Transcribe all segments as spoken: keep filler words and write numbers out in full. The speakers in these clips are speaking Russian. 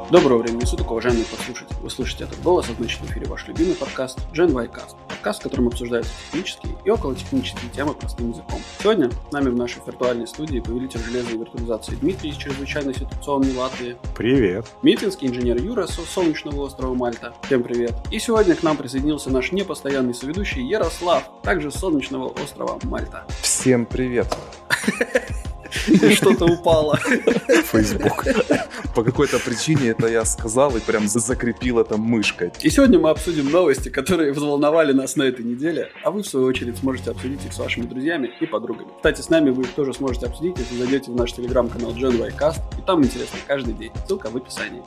Доброго времени суток, уважаемые подслушатели. Вы слышите этот голос, а значит в эфире ваш любимый подкаст GenYcast. Подкаст, в котором обсуждаются технические и околотехнические темы простым языком. Сегодня с нами в нашей виртуальной студии повелитель железной виртуализации Дмитрий из чрезвычайной ситуационной Латвии. Привет. Митинский инженер Юра с солнечного острова Мальта. Всем привет. И сегодня к нам присоединился наш непостоянный соведущий Ярослав, также с солнечного острова Мальта. Всем привет. Что-то упало. Facebook. По какой-то причине это я сказал и прям закрепил это мышкой. И сегодня мы обсудим новости, которые взволновали нас на этой неделе, а вы, в свою очередь, сможете обсудить их с вашими друзьями и подругами. Кстати, с нами вы их тоже сможете обсудить, если зайдете в наш телеграм-канал GenYcast, и там интересно каждый день. Ссылка в описании.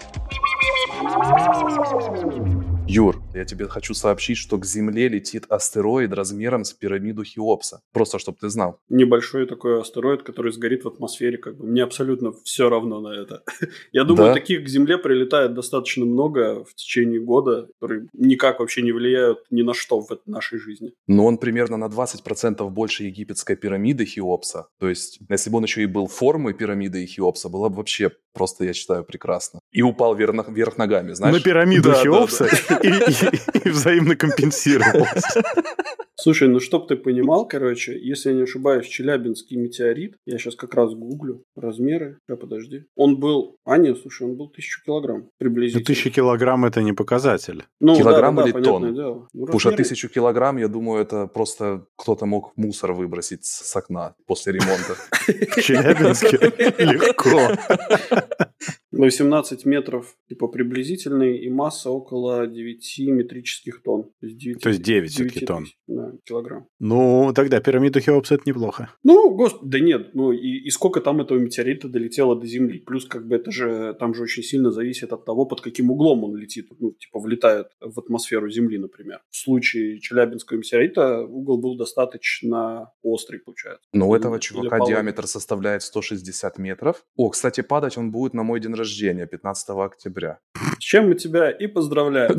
Юр, я тебе хочу сообщить, что к Земле летит астероид размером с пирамиду Хеопса. Просто, чтобы ты знал. Небольшой такой астероид, который сгорит в атмосфере, как бы. Мне абсолютно все равно на это. Я думаю, да? Таких к Земле прилетает достаточно много в течение года, которые никак вообще не влияют ни на что в нашей жизни. Но он примерно на двадцать процентов больше египетской пирамиды Хеопса. То есть, если бы он еще и был формой пирамиды Хеопса, было бы вообще просто, я считаю, прекрасно. И упал вверх, вверх ногами, знаешь? На пирамиду да, Хеопса? Да, да. И, и, и взаимно компенсировался. Слушай, ну чтоб ты понимал, короче, если я не ошибаюсь, Челябинский метеорит, я сейчас как раз гуглю размеры, а подожди, он был, а нет, слушай, он был тысячу килограмм приблизительно. Ну, тысяча килограмм это не показатель. Ну, килограмм да, да, или да, тонн? Дело. Ну, потому что тысячу килограмм, я думаю, это просто кто-то мог мусор выбросить с окна после ремонта. В Челябинске? Легко. восемнадцать метров, типа, приблизительный, и масса около девяти метрических тонн. То есть девять, то есть девять все-таки тонн. Да, килограмм. Ну, тогда пирамида Хеопса это неплохо. Ну, господи, да нет, ну и, и сколько там этого метеорита долетело до Земли. Плюс, как бы, это же, там же очень сильно зависит от того, под каким углом он летит. Ну, типа, влетает в атмосферу Земли, например. В случае Челябинского метеорита угол был достаточно острый, получается. Но у этого чувака диаметр составляет сто шестьдесят метров. О, кстати, падать он будет на мой день рождения, пятнадцатого октября. С чем мы тебя и поздравляем.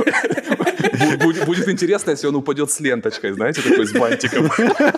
Будет интересно, если он упадет с ленточкой, знаете, такой с бантиком.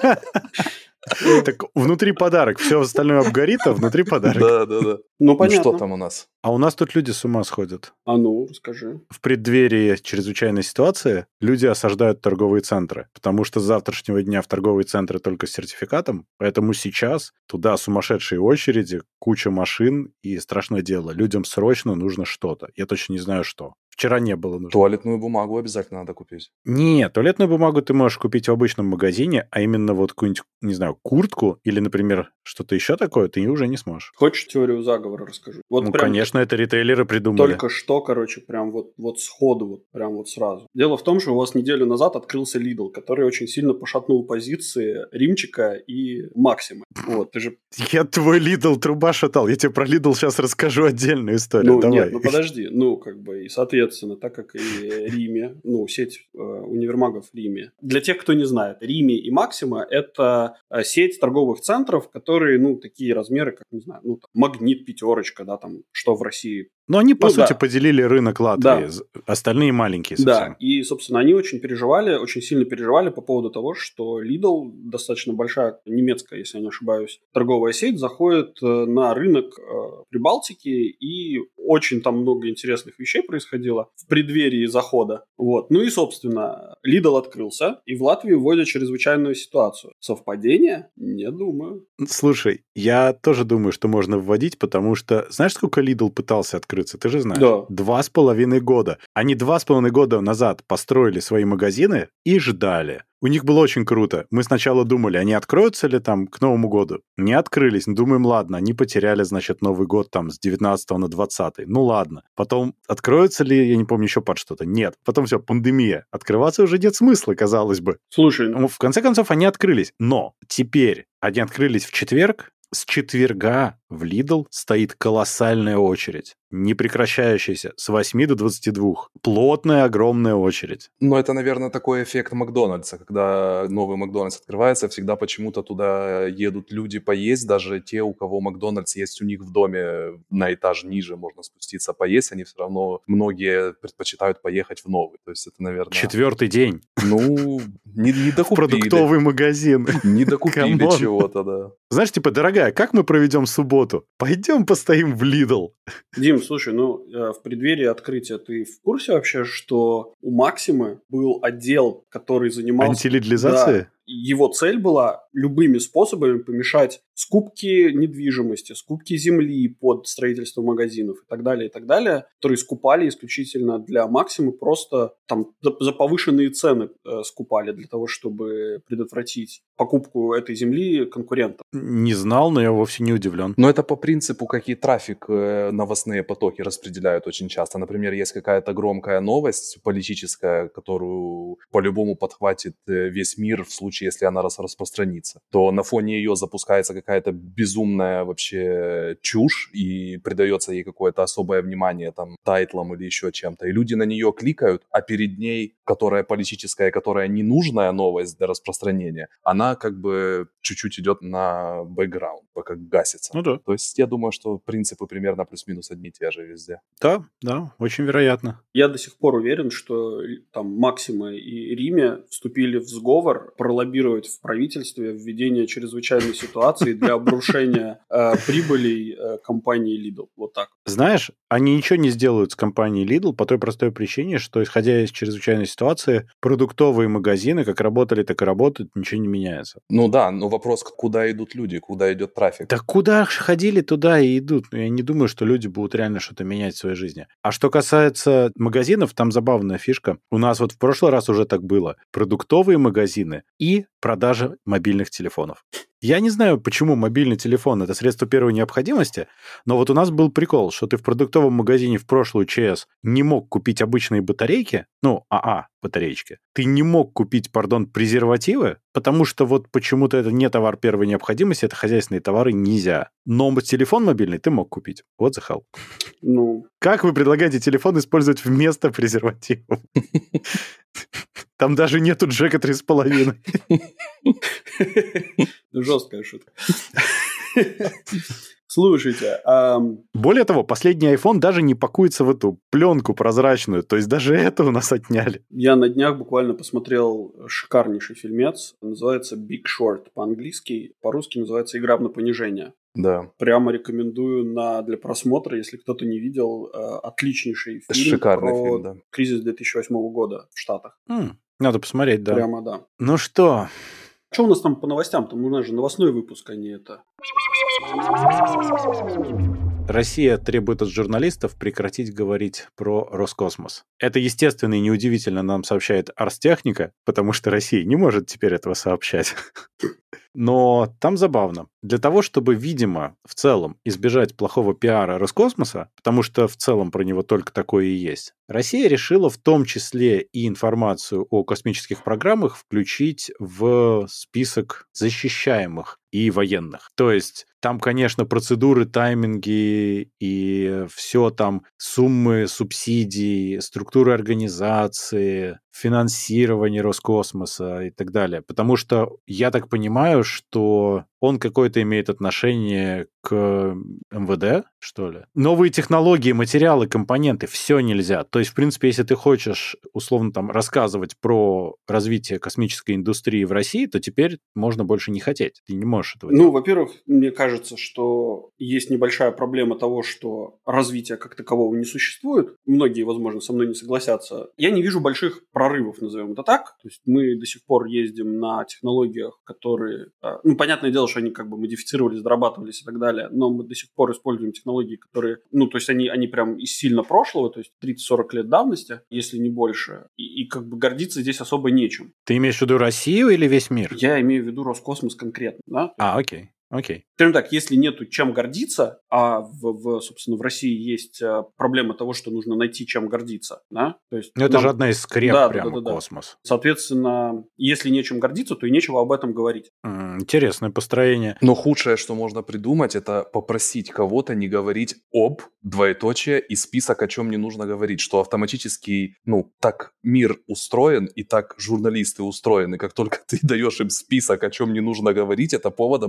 Так внутри подарок, все остальное обгорит, а внутри подарок. Да, да, да. Ну, понятно. Ну, что там у нас? А у нас тут люди с ума сходят. А ну, расскажи. В преддверии чрезвычайной ситуации люди осаждают торговые центры, потому что с завтрашнего дня в торговые центры только с сертификатом, поэтому сейчас туда сумасшедшие очереди, куча машин и страшное дело. Людям срочно нужно что-то. Я точно не знаю, что. Вчера не было нужно. Туалетную бумагу обязательно надо купить. Нет, туалетную бумагу ты можешь купить в обычном магазине, а именно вот какую-нибудь, не знаю, куртку или, например, что-то еще такое, ты уже не сможешь. Хочешь теорию заговора расскажу? Вот ну, конечно, это ритейлеры придумали. Только что, короче, прям вот, вот сходу, вот прям вот сразу. Дело в том, что у вас неделю назад открылся Lidl, который очень сильно пошатнул позиции Римчика и Максима. Вот, ты же... Я твой Lidl труба шатал, я тебе про Lidl сейчас расскажу отдельную историю, ну, давай. Нет, ну подожди, ну как бы, и соответственно, так как и Риме, ну, сеть э, универмагов Риме. Для тех, кто не знает, Риме и Максима – это сеть торговых центров, которые, ну, такие размеры, как, не знаю, ну, там, Магнит, Пятерочка, да, там, что в России. Но они, по ну, сути, да. поделили рынок Латвии. Да. Остальные маленькие совсем. Да, и, собственно, они очень переживали, очень сильно переживали по поводу того, что Lidl, достаточно большая немецкая, если я не ошибаюсь, торговая сеть, заходит на рынок Прибалтики, и очень там много интересных вещей происходило в преддверии захода. Вот. Ну и, собственно, Lidl открылся, и в Латвии вводят чрезвычайную ситуацию. Совпадение? Не думаю. Слушай, я тоже думаю, что можно вводить, потому что, знаешь, сколько Lidl пытался открыть? Ты же знаешь. Да. Два с половиной года. Они два с половиной года назад построили свои магазины и ждали. У них было очень круто. Мы сначала думали, они откроются ли там к Новому году. Не открылись. Думаем, ладно, они потеряли, значит, Новый год там с девятнадцатого на двадцатый. Ну ладно. Потом откроются ли, я не помню, еще под что-то. Нет. Потом все, пандемия. Открываться уже нет смысла, казалось бы. Слушай. Ну, в конце концов, они открылись. Но теперь они открылись в четверг. С четверга в Lidl стоит колоссальная очередь. непрекращающаяся, с восьми до двадцати двух. Плотная, огромная очередь. Ну, это, наверное, такой эффект Макдональдса. Когда новый Макдональдс открывается, всегда почему-то туда едут люди поесть, даже те, у кого Макдональдс есть у них в доме на этаж ниже, можно спуститься поесть, они все равно, многие предпочитают поехать в новый. То есть это, наверное... Четвертый день. Ну, не, не докупили. Продуктовый магазин. Не докупили чего-то, да. Знаешь, типа, дорогая, как мы проведем субботу? Пойдем постоим в Lidl. Дим, Дим, слушай, ну, в преддверии открытия ты в курсе вообще, что у Максимы был отдел, который занимался... Антилегализации? Да, его цель была любыми способами помешать скупке недвижимости, скупке земли под строительство магазинов и так далее, и так далее, которые скупали исключительно для Максимы, просто там за, за повышенные цены э, скупали для того, чтобы предотвратить покупку этой земли конкурентам. Не знал, но я вовсе не удивлен. Но это по принципу, как и трафик э, новостные потоки распределяют очень часто. Например, есть какая-то громкая новость политическая, которую по-любому подхватит э, весь мир в случае, если она рас- распространится, то на фоне ее запускается какая-то безумная вообще чушь и придается ей какое-то особое внимание там тайтлом или еще чем-то. И люди на нее кликают, а перед ней, которая политическая, которая ненужная новость для распространения, она как бы чуть-чуть идет на бэкграунд, пока гасится. Ну да. То есть я думаю, что принципы примерно плюс-минус одни и те же везде. Да, да, очень вероятно. Я до сих пор уверен, что там Максима и Риме вступили в сговор пролоббировать в правительстве введение чрезвычайной ситуации для обрушения э, прибылей э, компании Lidl. Вот так. Знаешь, они ничего не сделают с компанией Lidl по той простой причине, что, исходя из чрезвычайной ситуации, продуктовые магазины как работали, так и работают, ничего не меняется. Ну да, но вопрос, куда идут люди, куда идет трафик. Да куда ходили, туда и идут. Я не думаю, что люди будут реально что-то менять в своей жизни. А что касается магазинов, там забавная фишка. У нас вот в прошлый раз уже так было. Продуктовые магазины и продажа мобильных телефонов. Я не знаю, почему мобильный телефон – это средство первой необходимости, но вот у нас был прикол, что ты в продуктовом магазине в прошлую ЧС не мог купить обычные батарейки, ну, АА батареечки. Ты не мог купить, пардон, презервативы, потому что вот почему-то это не товар первой необходимости, это хозяйственные товары, нельзя. Но телефон мобильный ты мог купить. Вот the hell. Ну... Как вы предлагаете телефон использовать вместо презервативов? Там даже нету джека три с половиной. Жесткая шутка. Слушайте, а... Более того, последний iPhone даже не пакуется в эту пленку прозрачную, то есть даже это у нас отняли. Я на днях буквально посмотрел шикарнейший фильмец, называется Big Short по-английски, по-русски называется «Игра на понижение». Да. Прямо рекомендую на, для просмотра, если кто-то не видел, отличнейший фильм. Шикарный про фильм, да. кризис две тысячи восьмого года в Штатах. М, надо посмотреть, да. Прямо, да. Ну что? Что у нас там по новостям? Там у нас же новостной выпуск, а не это. Россия требует от журналистов прекратить говорить про Роскосмос. Это, естественно, и неудивительно нам сообщает Арстехника, потому что Россия не может теперь этого сообщать. Но там забавно. Для того, чтобы, видимо, в целом избежать плохого пиара Роскосмоса, потому что в целом про него только такое и есть, Россия решила в том числе и информацию о космических программах включить в список защищаемых и военных. То есть там, конечно, процедуры, тайминги и все там, суммы субсидий, структуры организации, финансирование Роскосмоса и так далее. Потому что я так понимаю, что он какое-то имеет отношение к эм вэ дэ, что ли. Новые технологии, материалы, компоненты, все нельзя. То есть, в принципе, если ты хочешь, условно, там, рассказывать про развитие космической индустрии в России, то теперь можно больше не хотеть. Ты не можешь этого Ну, делать. во-первых, мне кажется, что есть небольшая проблема того, что развития как такового не существует. Многие, возможно, со мной не согласятся. Я не вижу больших прорывов, назовем это так. То есть мы до сих пор ездим на технологиях, которые... Ну, понятное дело, что они как бы модифицировались, дорабатывались и так далее, но мы до сих пор используем технологии, которые... Ну, то есть они, они прям из сильно прошлого, то есть тридцать-сорок лет давности, если не больше. И, и как бы гордиться здесь особо нечем. Ты имеешь в виду Россию или весь мир? Я имею в виду Роскосмос конкретно, да? А, окей. Окей. Скажем так, если нету чем гордиться, а в, в, собственно, в России есть а, проблема того, что нужно найти чем гордиться, да? То есть, ну, это нам... же одна из скреп да, прямо да, да, да, космос. Да. Соответственно, если нечем гордиться, то и нечего об этом говорить. М, интересное построение. Но худшее, что можно придумать, это попросить кого-то не говорить об, двоеточие, и список, о чем не нужно говорить, что автоматически, ну, так мир устроен, и так журналисты устроены. Как только ты даешь им список, о чем не нужно говорить, это повод об этом поговорить.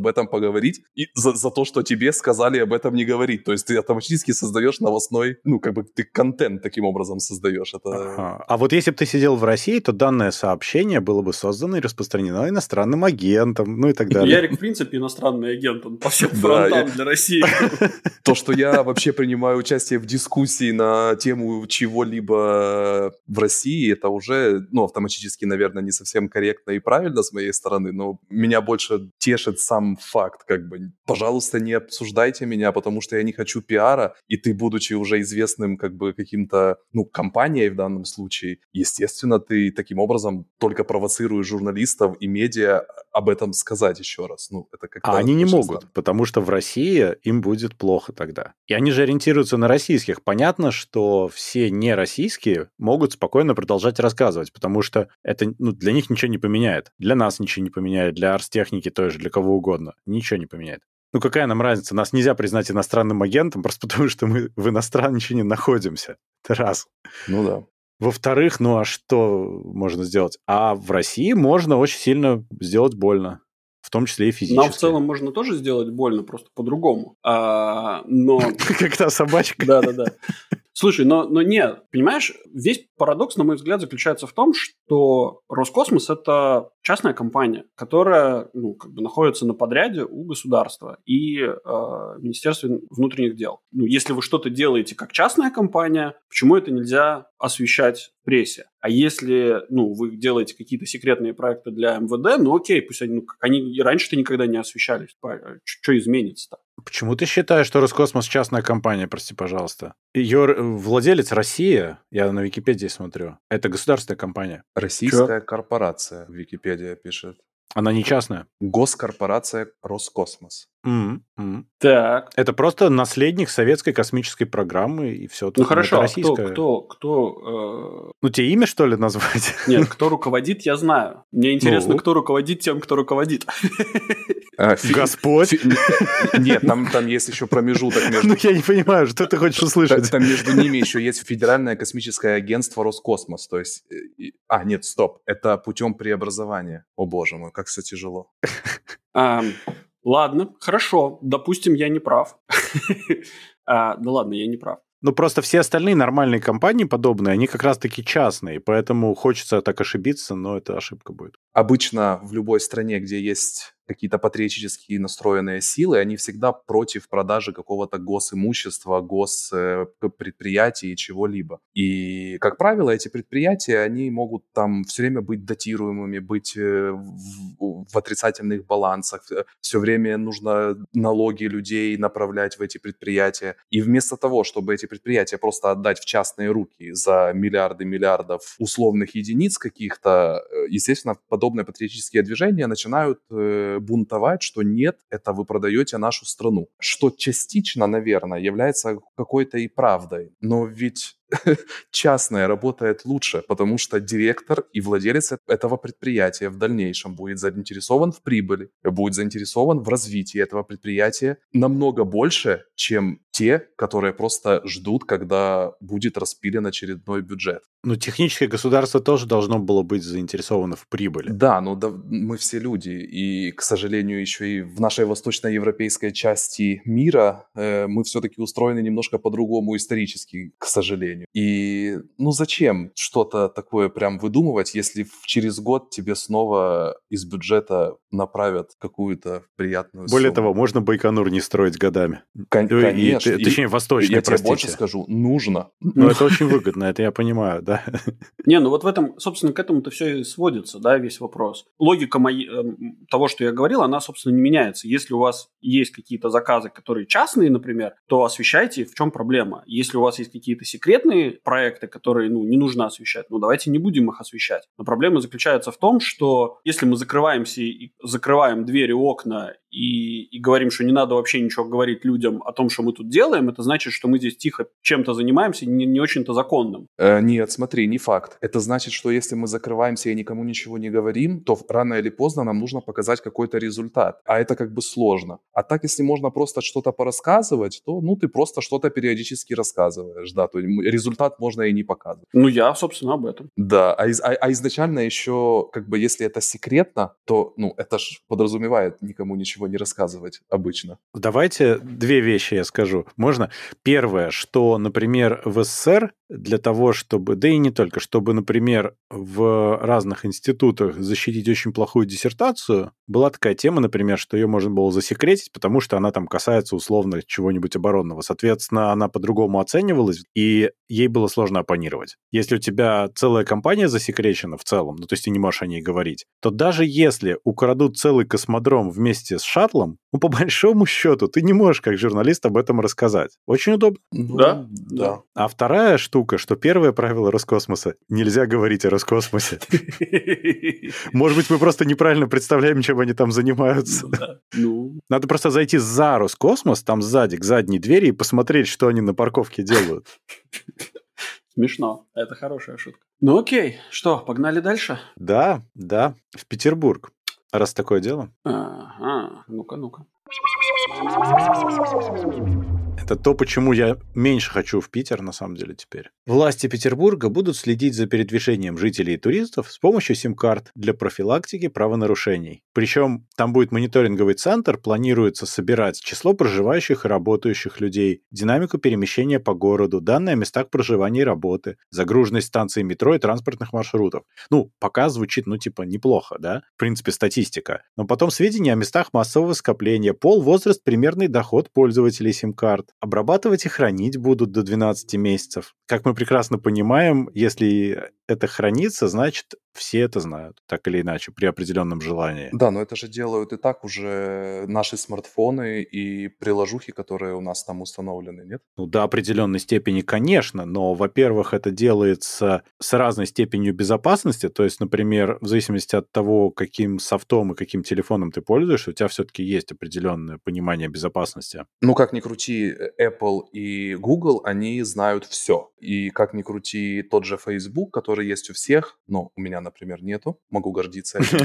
говорить и за, за то, что тебе сказали об этом не говорить. То есть ты автоматически создаешь новостной, ну, как бы ты контент таким образом создаешь. Это... Ага. А вот если бы ты сидел в России, то данное сообщение было бы создано и распространено иностранным агентом, ну и так далее. Ярик, в принципе, иностранный агент, он по всем фронтам для России. То, что я вообще принимаю участие в дискуссии на тему чего-либо в России, это уже, ну, автоматически, наверное, не совсем корректно и правильно с моей стороны, но меня больше тешит сам факт, как бы, пожалуйста, не обсуждайте меня, потому что я не хочу пиара, и ты, будучи уже известным, как бы, каким-то, ну, компанией в данном случае, естественно, ты таким образом только провоцируешь журналистов и медиа об этом сказать еще раз. Ну, это как-то... А они не могут, странно. потому что в России им будет плохо тогда. И они же ориентируются на российских. Понятно, что все нероссийские могут спокойно продолжать рассказывать, потому что это, ну, для них ничего не поменяет. Для нас ничего не поменяет, для арстехники той же, для кого угодно. Ничего не поменяет. Ну, какая нам разница? Нас нельзя признать иностранным агентом, просто потому что мы в иностранщине находимся. Это раз. Ну да. Во-вторых, ну а что можно сделать? А в России можно очень сильно сделать больно. В том числе и физически. Нам в целом можно тоже сделать больно, просто по-другому. А, но... Как та собачка. Да-да-да. Слушай, но, но нет, понимаешь, весь парадокс, на мой взгляд, заключается в том, что Роскосмос – это частная компания, которая, ну, как бы находится на подряде у государства и э, Министерства внутренних дел. Ну, если вы что-то делаете как частная компания, почему это нельзя освещать в прессе? А если, ну, вы делаете какие-то секретные проекты для эм вэ дэ, ну окей, пусть они, ну, они и раньше-то никогда не освещались. Что изменится-то? Почему ты считаешь, что Роскосмос частная компания, прости, пожалуйста? Ее владелец Россия, я на Википедии смотрю, это государственная компания. Российская Чё? корпорация, Википедия пишет. Она не частная? Госкорпорация Роскосмос. Mm-hmm. Так. Это просто наследник советской космической программы, и все. Ну хорошо, а кто, кто, кто... Э... Ну тебе имя, что ли, назвать? Нет, кто руководит, я знаю. Мне интересно, ну? кто руководит тем, кто руководит. А, фи... Господь? Фи... Нет, там, там есть еще промежуток между... Ну я не понимаю, что ты хочешь услышать. Там, там между ними еще есть Федеральное космическое агентство Роскосмос. То есть... А, нет, стоп. Это путем преобразования. О боже мой, как все тяжело. Ладно, хорошо, допустим, я не прав. а, да ладно, я не прав. Ну, просто все остальные нормальные компании подобные, они как раз-таки частные, поэтому хочется так ошибиться, но это ошибка будет. Обычно в любой стране, где есть какие-то патриотически настроенные силы, они всегда против продажи какого-то госимущества, госпредприятий и чего-либо. И, как правило, эти предприятия, они могут там все время быть датируемыми, быть в, в отрицательных балансах. Все время нужно налоги людей направлять в эти предприятия. И вместо того, чтобы эти предприятия просто отдать в частные руки за миллиарды миллиардов условных единиц каких-то, естественно, подобные патриотические движения начинают бунтовать, что нет, это вы продаете нашу страну. Что частично, наверное, является какой-то и правдой. Но ведь частное работает лучше, потому что директор и владелец этого предприятия в дальнейшем будет заинтересован в прибыли, будет заинтересован в развитии этого предприятия намного больше, чем те, которые просто ждут, когда будет распилен очередной бюджет. Ну, техническое государство тоже должно было быть заинтересовано в прибыли. Да, но да, мы все люди, и, к сожалению, еще и в нашей восточноевропейской части мира э, мы все-таки устроены немножко по-другому исторически, к сожалению. И, ну, зачем что-то такое прям выдумывать, если через год тебе снова из бюджета направят какую-то приятную сумму? Более того, можно Байконур не строить годами. Кон- конечно. И, точнее, восточный, я простите. тебе больше скажу, нужно. Ну, это очень выгодно, это я понимаю, да. Не, ну вот в этом, собственно, к этому-то все и сводится, да, весь вопрос. Логика моей, того, что я говорил, она, собственно, не меняется. Если у вас есть какие-то заказы, которые частные, например, то освещайте, в чем проблема. Если у вас есть какие-то секретные проекты, которые, ну, не нужно освещать, ну, давайте не будем их освещать. Но проблема заключается в том, что если мы закрываемся и закрываем двери, окна и, и говорим, что не надо вообще ничего говорить людям о том, что мы тут делаем, это значит, что мы здесь тихо чем-то занимаемся, не, не очень-то законным. Э, нет, смотри, не факт. Это значит, что если мы закрываемся и никому ничего не говорим, то рано или поздно нам нужно показать какой-то результат. А это как бы сложно. А так, если можно просто что-то порассказывать, то, ну, ты просто что-то периодически рассказываешь, да, то есть результат можно и не показывать. Ну, я, собственно, об этом. Да, а, из, а, а изначально еще, как бы, если это секретно, то, ну, это ж подразумевает никому ничего ничего не рассказывать обычно. Давайте две вещи я скажу. Можно? Первое, что, например, в СССР для того, чтобы, да и не только, чтобы, например, в разных институтах защитить очень плохую диссертацию, была такая тема, например, что ее можно было засекретить, потому что она там касается условно чего-нибудь оборонного. Соответственно, она по-другому оценивалась, и ей было сложно оппонировать. Если у тебя целая компания засекречена в целом, ну, то есть ты не можешь о ней говорить, то даже если украдут целый космодром вместе с шаттлом, ну, по большому счету, ты не можешь как журналист об этом рассказать. Очень удобно. Ну, Да? Да. А вторая штука, что первое правило Роскосмоса — нельзя говорить о Роскосмосе. Может быть, мы просто неправильно представляем, чем они там занимаются. Надо просто зайти за Роскосмос, там сзади, к задней двери, и посмотреть, что они на парковке делают. Смешно. Это хорошая шутка. Ну окей, что, погнали дальше? Да, да, в Петербург. Раз такое дело. Ага, ну-ка, ну-ка. Это то, почему я меньше хочу в Питер, на самом деле, теперь. Власти Петербурга будут следить за передвижением жителей и туристов с помощью сим-карт для профилактики правонарушений. Причем там будет мониторинговый центр, планируется собирать число проживающих и работающих людей, динамику перемещения по городу, данные о местах проживания и работы, загруженность станций метро и транспортных маршрутов. Ну, пока звучит, ну, типа, неплохо, да? В принципе, статистика. Но потом сведения о местах массового скопления, пол, возраст, примерный доход пользователей сим-карт. Обрабатывать и хранить будут до двенадцати месяцев. Как мы прекрасно понимаем, если это хранится, значит, все это знают, так или иначе, при определенном желании. Да, но это же делают и так уже наши смартфоны и приложухи, которые у нас там установлены, нет? Ну, до определенной степени, конечно, но, во-первых, это делается с разной степенью безопасности, то есть, например, в зависимости от того, каким софтом и каким телефоном ты пользуешься, у тебя все-таки есть определенное понимание безопасности. Ну, как ни крути, Apple и Google, они знают все. И как ни крути, тот же Facebook, который есть у всех, но у меня, например, нету, могу гордиться этим,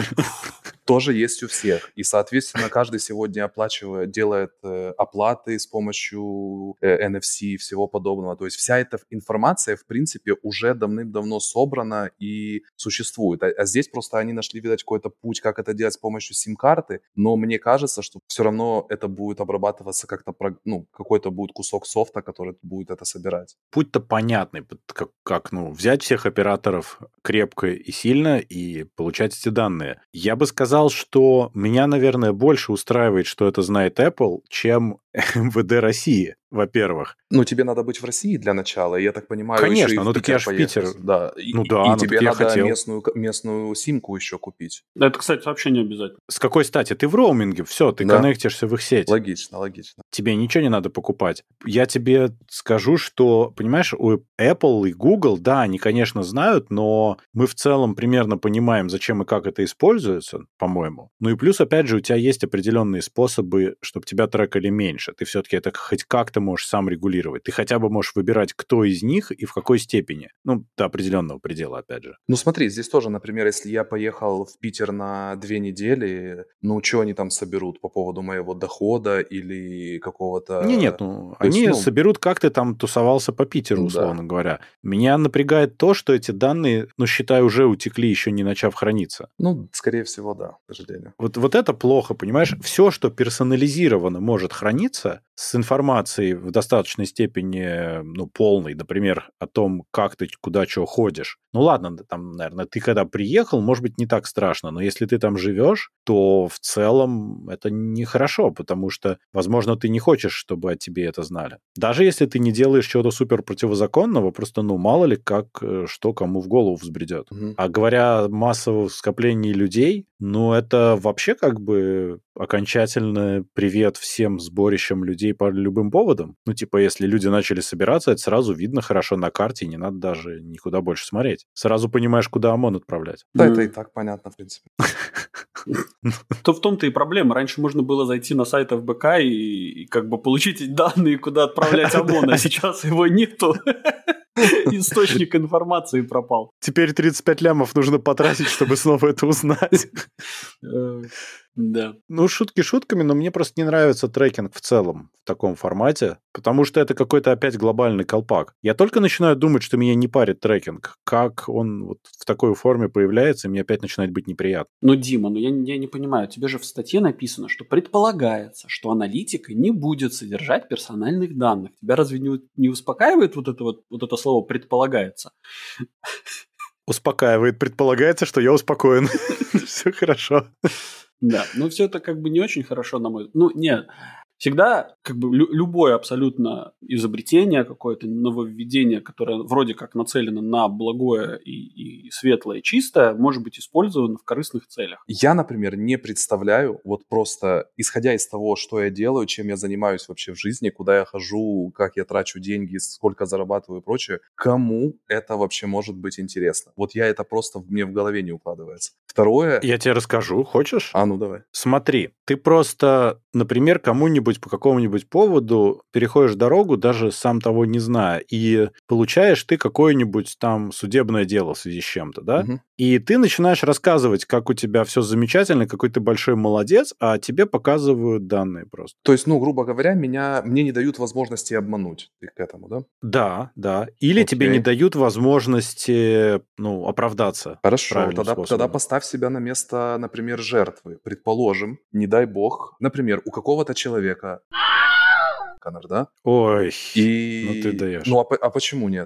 тоже есть у всех. И, соответственно, каждый сегодня оплачивает, делает э, оплаты с помощью э, эн эф си и всего подобного. То есть вся эта информация, в принципе, уже давным-давно собрана и существует. А, а здесь просто они нашли, видать, какой-то путь, как это делать с помощью сим-карты. Но мне кажется, что все равно это будет обрабатываться как-то, ну, какой-то будет кусок софта, который будет это собирать. Путь-то понятный, как, как ну, взять всех операторов крепко и сильно и получать эти данные. Я бы сказал, что меня, наверное, больше устраивает, что это знает Apple, чем эм вэ дэ России, во-первых. Ну, тебе надо быть в России для начала, я так понимаю, конечно, еще и в ну Питер так я же в Питер. Да. Ну и, да, и ну тебе так я надо хотел. местную, местную симку еще купить. Да, это, кстати, вообще не обязательно. С какой стати? Ты в роуминге, все, ты Да. коннектишься в их сеть. Логично, логично. Тебе ничего не надо покупать. Я тебе скажу, что, понимаешь, у Apple и Google, да, они, конечно, знают, но мы в целом примерно понимаем, зачем и как это используется, по-моему. Ну и плюс, опять же, у тебя есть определенные способы, чтобы тебя трекали меньше. Ты все-таки это хоть как-то можешь сам регулировать. Ты хотя бы можешь выбирать, кто из них и в какой степени. Ну, до определенного предела, опять же. Ну смотри, здесь тоже, например, если я поехал в Питер на две недели, ну что они там соберут по поводу моего дохода или какого-то... Не, нет, ну, То есть, они ну, соберут, как ты там тусовался по Питеру, да. условно говоря. Меня напрягает то, что эти данные, ну, считай, уже утекли, еще не начав храниться. Ну, скорее всего, да, к сожалению. Вот, вот это плохо, понимаешь? Все, что персонализировано может храниться с информацией в достаточной степени, ну, полной, например, о том, как ты куда чего ходишь. Ну, ладно, там, наверное, ты когда приехал, может быть, не так страшно, но если ты там живешь, то в целом это нехорошо, потому что, возможно, ты не хочешь, чтобы о тебе это знали. Даже если ты не делаешь чего-то супер противозаконного, просто, ну, мало ли как, что кому в голову взбредет. Угу. А говоря о массовом скоплении людей, ну, это вообще как бы окончательно привет всем сборищам людей по любым поводам. Ну, типа, если люди начали собираться, это сразу видно хорошо на карте, и не надо даже никуда больше смотреть. Сразу понимаешь, куда ОМОН отправлять. Да, Ну. это и так понятно, в принципе. То в том-то и проблема. Раньше можно было зайти на сайт эф бэ ка и, и как бы получить эти данные, куда отправлять ОМОН, а сейчас его нету. Источник информации пропал. Теперь тридцать пять лямов нужно потратить, чтобы снова это узнать. Да. Ну, шутки шутками, но мне просто не нравится трекинг в целом в таком формате, потому что это какой-то опять глобальный колпак. Я только начинаю думать, что меня не парит трекинг, как он вот в такой форме появляется, и мне опять начинает быть неприятно. Ну, Дима, ну я, я не понимаю, тебе же в статье написано, что предполагается, что аналитика не будет содержать персональных данных. Тебя разве не, не успокаивает вот это, вот, вот это слово «предполагается»? Успокаивает. Предполагается, что я успокоен. Все хорошо. Да, но все это как бы не очень хорошо, на мой взгляд. Ну, нет, всегда как бы лю- любое абсолютно изобретение, какое-то нововведение, которое вроде как нацелено на благое и, и светлое, и чистое, может быть использовано в корыстных целях. Я, например, не представляю, вот просто исходя из того, что я делаю, чем я занимаюсь вообще в жизни, куда я хожу, как я трачу деньги, сколько зарабатываю и прочее, кому это вообще может быть интересно. Вот я это просто мне в голове не укладывается. Второе... Я тебе расскажу, хочешь? А, ну давай. Смотри, ты просто, например, кому-нибудь по какому-нибудь поводу переходишь дорогу, даже сам того не зная, и получаешь ты какое-нибудь там судебное дело в связи с чем-то, да? Угу. И ты начинаешь рассказывать, как у тебя все замечательно, какой ты большой молодец, а тебе показывают данные просто. То есть, ну, грубо говоря, меня, мне не дают возможности обмануть к этому, да? Да, да. Или Окей. тебе не дают возможности, ну, оправдаться. Хорошо, правильным тогда, способом. тогда поставь себя на место, например, жертвы. Предположим, не дай бог, например, у какого-то человека... Конор, да? Ой, И... ну ты даешь. Ну, а, по- а почему нет?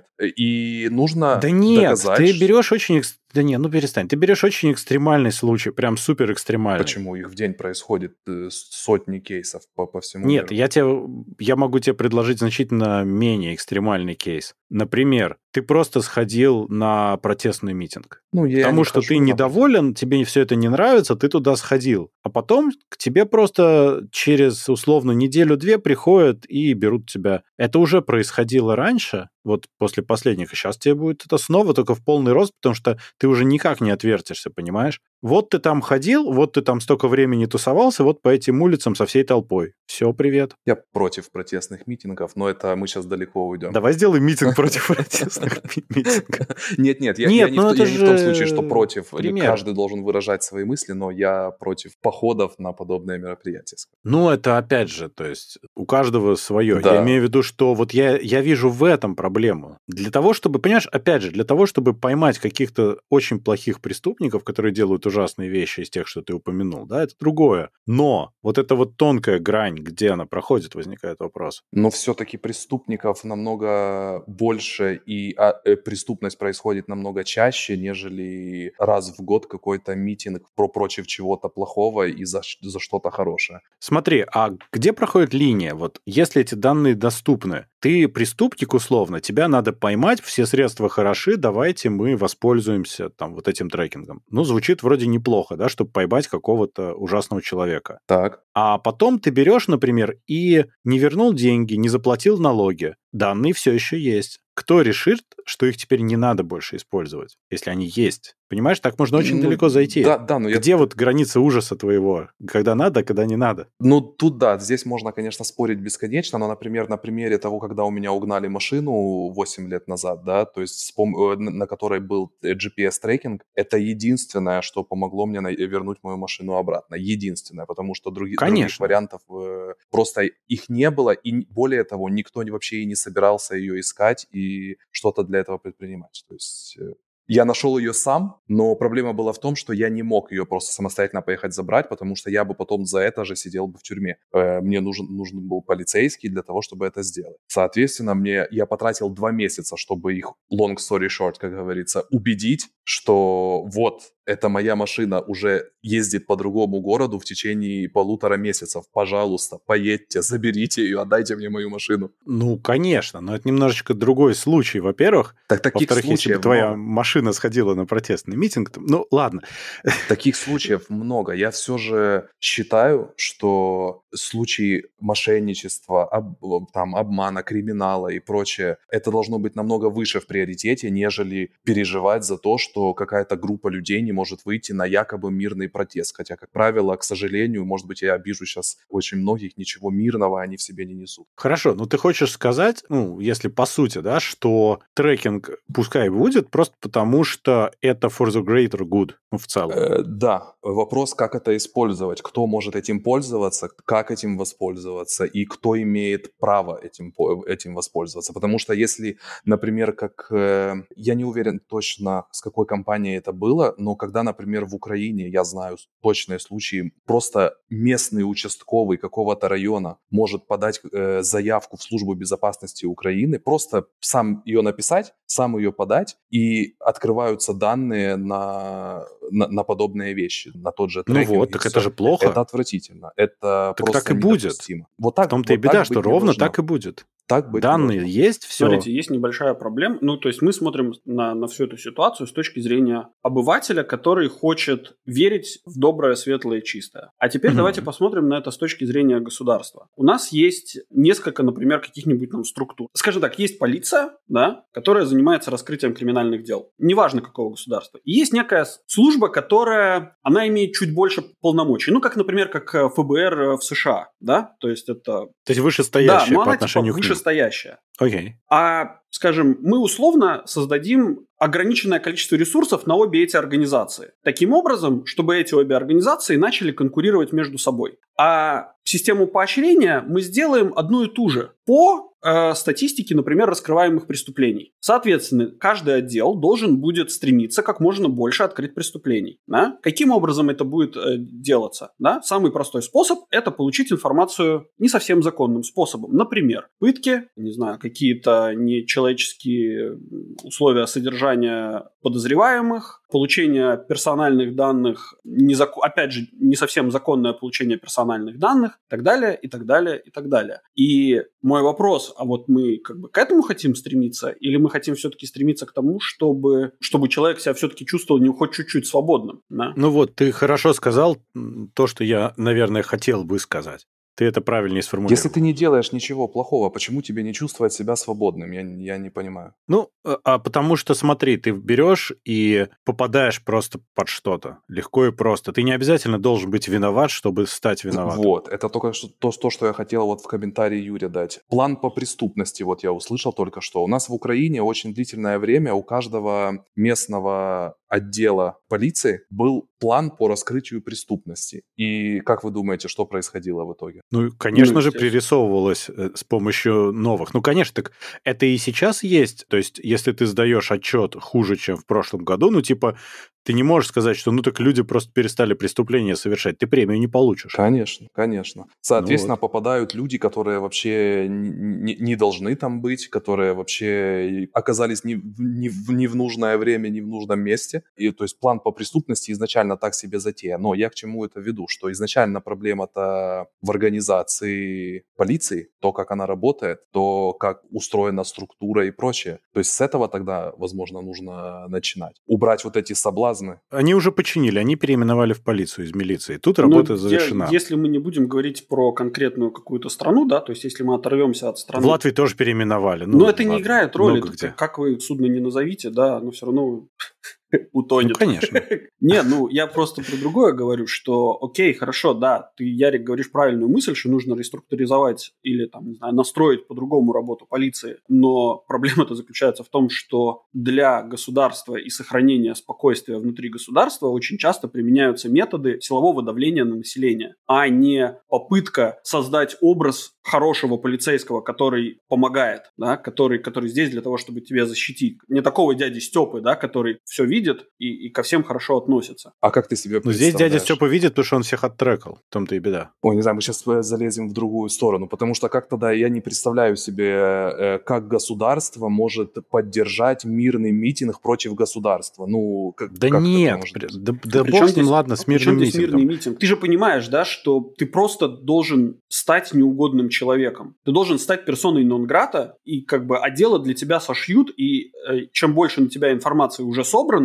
И нужно Да нет, доказать... ты ш- берешь очень... экс- Да не, ну перестань. Ты берешь очень экстремальный случай, прям супер экстремальный. Почему их в день происходит э, сотни кейсов по, по всему Нет, миру? я, тебе, я могу тебе предложить значительно менее экстремальный кейс. Например, ты просто сходил на протестный митинг. Ну, я Потому не что хожу ты на недоволен, тебе все это не нравится, ты туда сходил. А потом к тебе просто через, условно, неделю-две приходят и берут тебя. Это уже происходило раньше, вот после последних, и сейчас тебе будет это снова, только в полный рост, потому что ты уже никак не отвертишься, понимаешь? Вот ты там ходил, вот ты там столько времени тусовался, вот по этим улицам со всей толпой. Все, привет. Я против протестных митингов, но это мы сейчас далеко уйдем. Давай сделаем митинг против протестных митингов. Нет-нет, я, Нет, я, не, ну в, это я не в том случае, же что против. пример. Каждый должен выражать свои мысли, но я против походов на подобные мероприятия. Ну, это опять же, то есть у каждого свое. Да. Я имею в виду, что вот я, я вижу в этом проблему. Для того, чтобы, понимаешь, опять же, для того, чтобы поймать каких-то очень плохих преступников, которые делают ужасные вещи из тех, что ты упомянул, да, это другое. Но вот эта вот тонкая грань, где она проходит, возникает вопрос. Но все-таки преступников намного больше, и а, э, преступность происходит намного чаще, нежели раз в год какой-то митинг про против чего-то плохого и за, ш- за что-то хорошее. Смотри, а где проходит линия? Вот если эти данные доступны, ты преступник условно, тебя надо поймать, все средства хороши, давайте мы воспользуемся там вот этим трекингом. Ну, звучит вроде неплохо, да, чтобы поймать какого-то ужасного человека. Так. А потом ты берешь, например, и не вернул деньги, не заплатил налоги. Данные все еще есть. Кто решит, что их теперь не надо больше использовать, если они есть? Понимаешь, так можно очень Ну, далеко зайти. Да, да, но я... Где вот граница ужаса твоего? Когда надо, а когда не надо? Ну, тут да, здесь можно, конечно, спорить бесконечно, но, например, на примере того, когда у меня угнали машину восемь лет назад, да, то есть спом- э, на на которой был э, джи пи эс-трекинг, это единственное, что помогло мне на- вернуть мою машину обратно. Единственное, потому что други- других Конечно. вариантов э, просто их не было, и н- более того, никто не- вообще и не собирался ее искать и что-то для этого предпринимать. То есть... э, Я нашел ее сам, но проблема была в том, что я не мог ее просто самостоятельно поехать забрать, потому что я бы потом за это же сидел бы в тюрьме. Э, Мне нужен, нужен был полицейский для того, чтобы это сделать. Соответственно, мне, я потратил два месяца, чтобы их, long story short, как говорится, убедить, что вот, эта моя машина уже ездит по другому городу в течение полутора месяцев. Пожалуйста, поедьте, заберите ее, отдайте мне мою машину. Ну, конечно, но это немножечко другой случай, во-первых. Так таких Во-вторых, если бы случаев твоя много. машина сходила на протестный митинг, то... ну, ладно. Таких случаев много. Я все же считаю, что случаи мошенничества, об- там, обмана, криминала и прочее, это должно быть намного выше в приоритете, нежели переживать за то, что что какая-то группа людей не может выйти на якобы мирный протест. Хотя, как правило, к сожалению, может быть, я обижу сейчас очень многих, ничего мирного они в себе не несут. Хорошо, ну ты хочешь сказать, ну, если по сути, да, что трекинг пускай будет, просто потому что это for the greater good, ну, в целом. Э, да, вопрос, как это использовать, кто может этим пользоваться, как этим воспользоваться и кто имеет право этим, этим воспользоваться. Потому что если, например, как... Э, я не уверен точно, с какой компанией это было, но когда, например, в Украине, я знаю точные случаи, просто местный участковый какого-то района может подать э, заявку в службу безопасности Украины, просто сам ее написать, сам ее подать, и открываются данные на, на, на подобные вещи, на тот же трекинг. Ну вот, так это же плохо. Это отвратительно, это так просто так и недопустимо. Будет. Вот так, в том-то вот и беда, что ровно должно. так и будет. Так быть Данные должно. есть, все. Смотрите, есть небольшая проблема. Ну, то есть мы смотрим на, на всю эту ситуацию с точки зрения обывателя, который хочет верить в доброе, светлое и чистое. А теперь mm-hmm. давайте посмотрим на это с точки зрения государства. У нас есть несколько, например, каких-нибудь там структур. Скажем так, есть полиция, да, которая занимается раскрытием криминальных дел. Неважно, какого государства. И есть некая служба, которая, она имеет чуть больше полномочий. Ну, как, например, как эф бэ эр в США, да, то есть это... То есть вышестоящая, да, но по она, отношению типа, к ним. Вышестоящая. Окей. А, скажем, мы условно создадим ограниченное количество ресурсов на обе эти организации. Таким образом, чтобы эти обе организации начали конкурировать между собой. А систему поощрения мы сделаем одну и ту же по э, статистике, например, раскрываемых преступлений. Соответственно, каждый отдел должен будет стремиться как можно больше открыть преступлений. Да? Каким образом это будет э, делаться? Да? Самый простой способ – это получить информацию не совсем законным способом. Например, пытки, не знаю, какие-то нечеловеческие условия содержания подозреваемых, получение персональных данных, незак... опять же, не совсем законное получение персональных данных, и так далее, и так далее, и так далее. И мой вопрос, а вот мы как бы к этому хотим стремиться, или мы хотим все-таки стремиться к тому, чтобы, чтобы человек себя все-таки чувствовал не хоть чуть-чуть свободным? Да? Ну вот, ты хорошо сказал то, что я, наверное, хотел бы сказать. Ты это правильнее сформулировал. Если ты не делаешь ничего плохого, почему тебе не чувствовать себя свободным? Я, я не понимаю. Ну, а потому что, смотри, ты берешь и попадаешь просто под что-то. Легко и просто. Ты не обязательно должен быть виноват, чтобы стать виноватым. Вот, это только что, то, то, что я хотел вот в комментарии Юре дать. План по преступности, вот я услышал только что. У нас в Украине очень длительное время у каждого местного отдела полиции был план по раскрытию преступности. И как вы думаете, что происходило в итоге? Ну, конечно ну, же, пририсовывалось с помощью новых. Ну, конечно, так это и сейчас есть. То есть, если ты сдаешь отчет хуже, чем в прошлом году, ну, типа, ты не можешь сказать, что, ну, так люди просто перестали преступления совершать. Ты премию не получишь. Конечно, конечно. Соответственно, ну, вот. попадают люди, которые вообще не, не должны там быть, которые вообще оказались не, не, не в нужное время, не в нужном месте. И, то есть, план по преступности изначально так себе затея. Но я к чему это веду? Что изначально проблема-то в организации полиции, то, как она работает, то, как устроена структура и прочее. То есть, с этого тогда, возможно, нужно начинать. Убрать вот эти соблазны. Они уже починили, они переименовали в полицию из милиции. Тут работа Но завершена. Я, если мы не будем говорить про конкретную какую-то страну, да, то есть если мы оторвемся от страны... В Латвии тоже переименовали. Ну, но это ладно, не играет роли. Как, как вы судно не назовите, да, но все равно... утонет. Ну, конечно. Не, ну, я просто про другое говорю, что, окей, хорошо, да, ты, Ярик, говоришь правильную мысль, что нужно реструктуризовать или, там, не знаю, настроить по-другому работу полиции, но проблема-то заключается в том, что для государства и сохранения спокойствия внутри государства очень часто применяются методы силового давления на население, а не попытка создать образ хорошего полицейского, который помогает, да, который, который здесь для того, чтобы тебя защитить. Не такого дяди Степы, да, который все видит и, и ко всем хорошо относится. А как ты себе представляешь? Ну, здесь дядя Степа видит, потому что он всех оттрекал. В том-то и беда. Ой, не знаю, мы сейчас залезем в другую сторону, потому что как-то, да, я не представляю себе, как государство может поддержать мирный митинг против государства. Ну, как, да как нет, да, да бог с ним, ладно, с мирным митингом. Мирный митинг? Ты же понимаешь, да, что ты просто должен стать неугодным человеком. Ты должен стать персоной нон-грата, и как бы отделы для тебя сошьют, и э, чем больше на тебя информации уже собрано,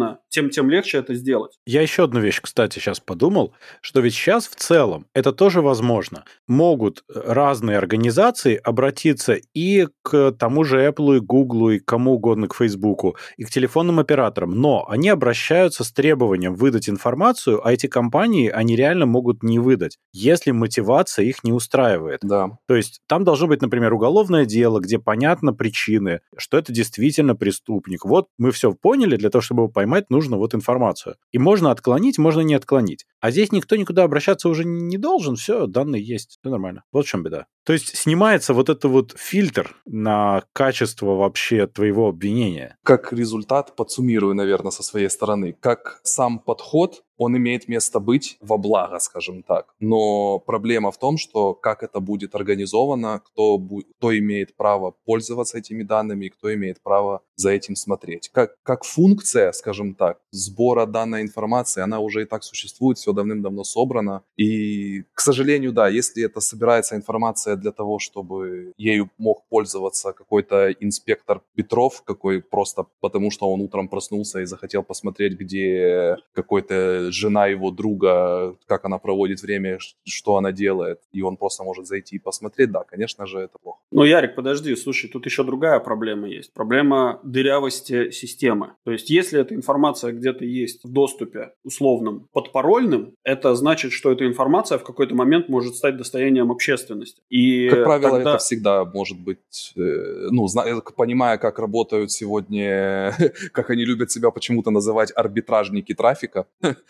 заблокировано, тем, тем легче это сделать. Я еще одну вещь, кстати, сейчас подумал, что ведь сейчас в целом это тоже возможно. Могут разные организации обратиться и к тому же Apple, и Google, и кому угодно, к Facebook, и к телефонным операторам, но они обращаются с требованием выдать информацию, а эти компании, они реально могут не выдать, если мотивация их не устраивает. Да. То есть там должно быть, например, уголовное дело, где понятно причины, что это действительно преступник. Вот мы все поняли, для того, чтобы его поймать, нужно вот информацию. И можно отклонить, можно не отклонить. А здесь никто никуда обращаться уже не должен, все, данные есть, все нормально. Вот в чем беда. То есть снимается вот этот вот фильтр на качество вообще твоего обвинения. Как результат, подсуммирую, наверное, со своей стороны, как сам подход, он имеет место быть во благо, скажем так. Но проблема в том, что как это будет организовано, кто, бу- кто имеет право пользоваться этими данными, кто имеет право за этим смотреть. Как, как функция, скажем так, сбора данной информации, она уже и так существует, все давным-давно собрано. И, к сожалению, да, если это собирается информация для того, чтобы ею мог пользоваться какой-то инспектор Петров, какой просто потому, что он утром проснулся и захотел посмотреть, где какой-то жена его друга, как она проводит время, что она делает, и он просто может зайти и посмотреть, да, конечно же, это плохо. Ну, Ярик, подожди, слушай, тут еще другая проблема есть. Проблема дырявости системы. То есть, если эта информация где-то есть в доступе условном подпарольным, это значит, что эта информация в какой-то момент может стать достоянием общественности. И как правило, тогда... это всегда может быть, э, ну, зна- понимая, как работают сегодня, как они любят себя почему-то называть арбитражники трафика,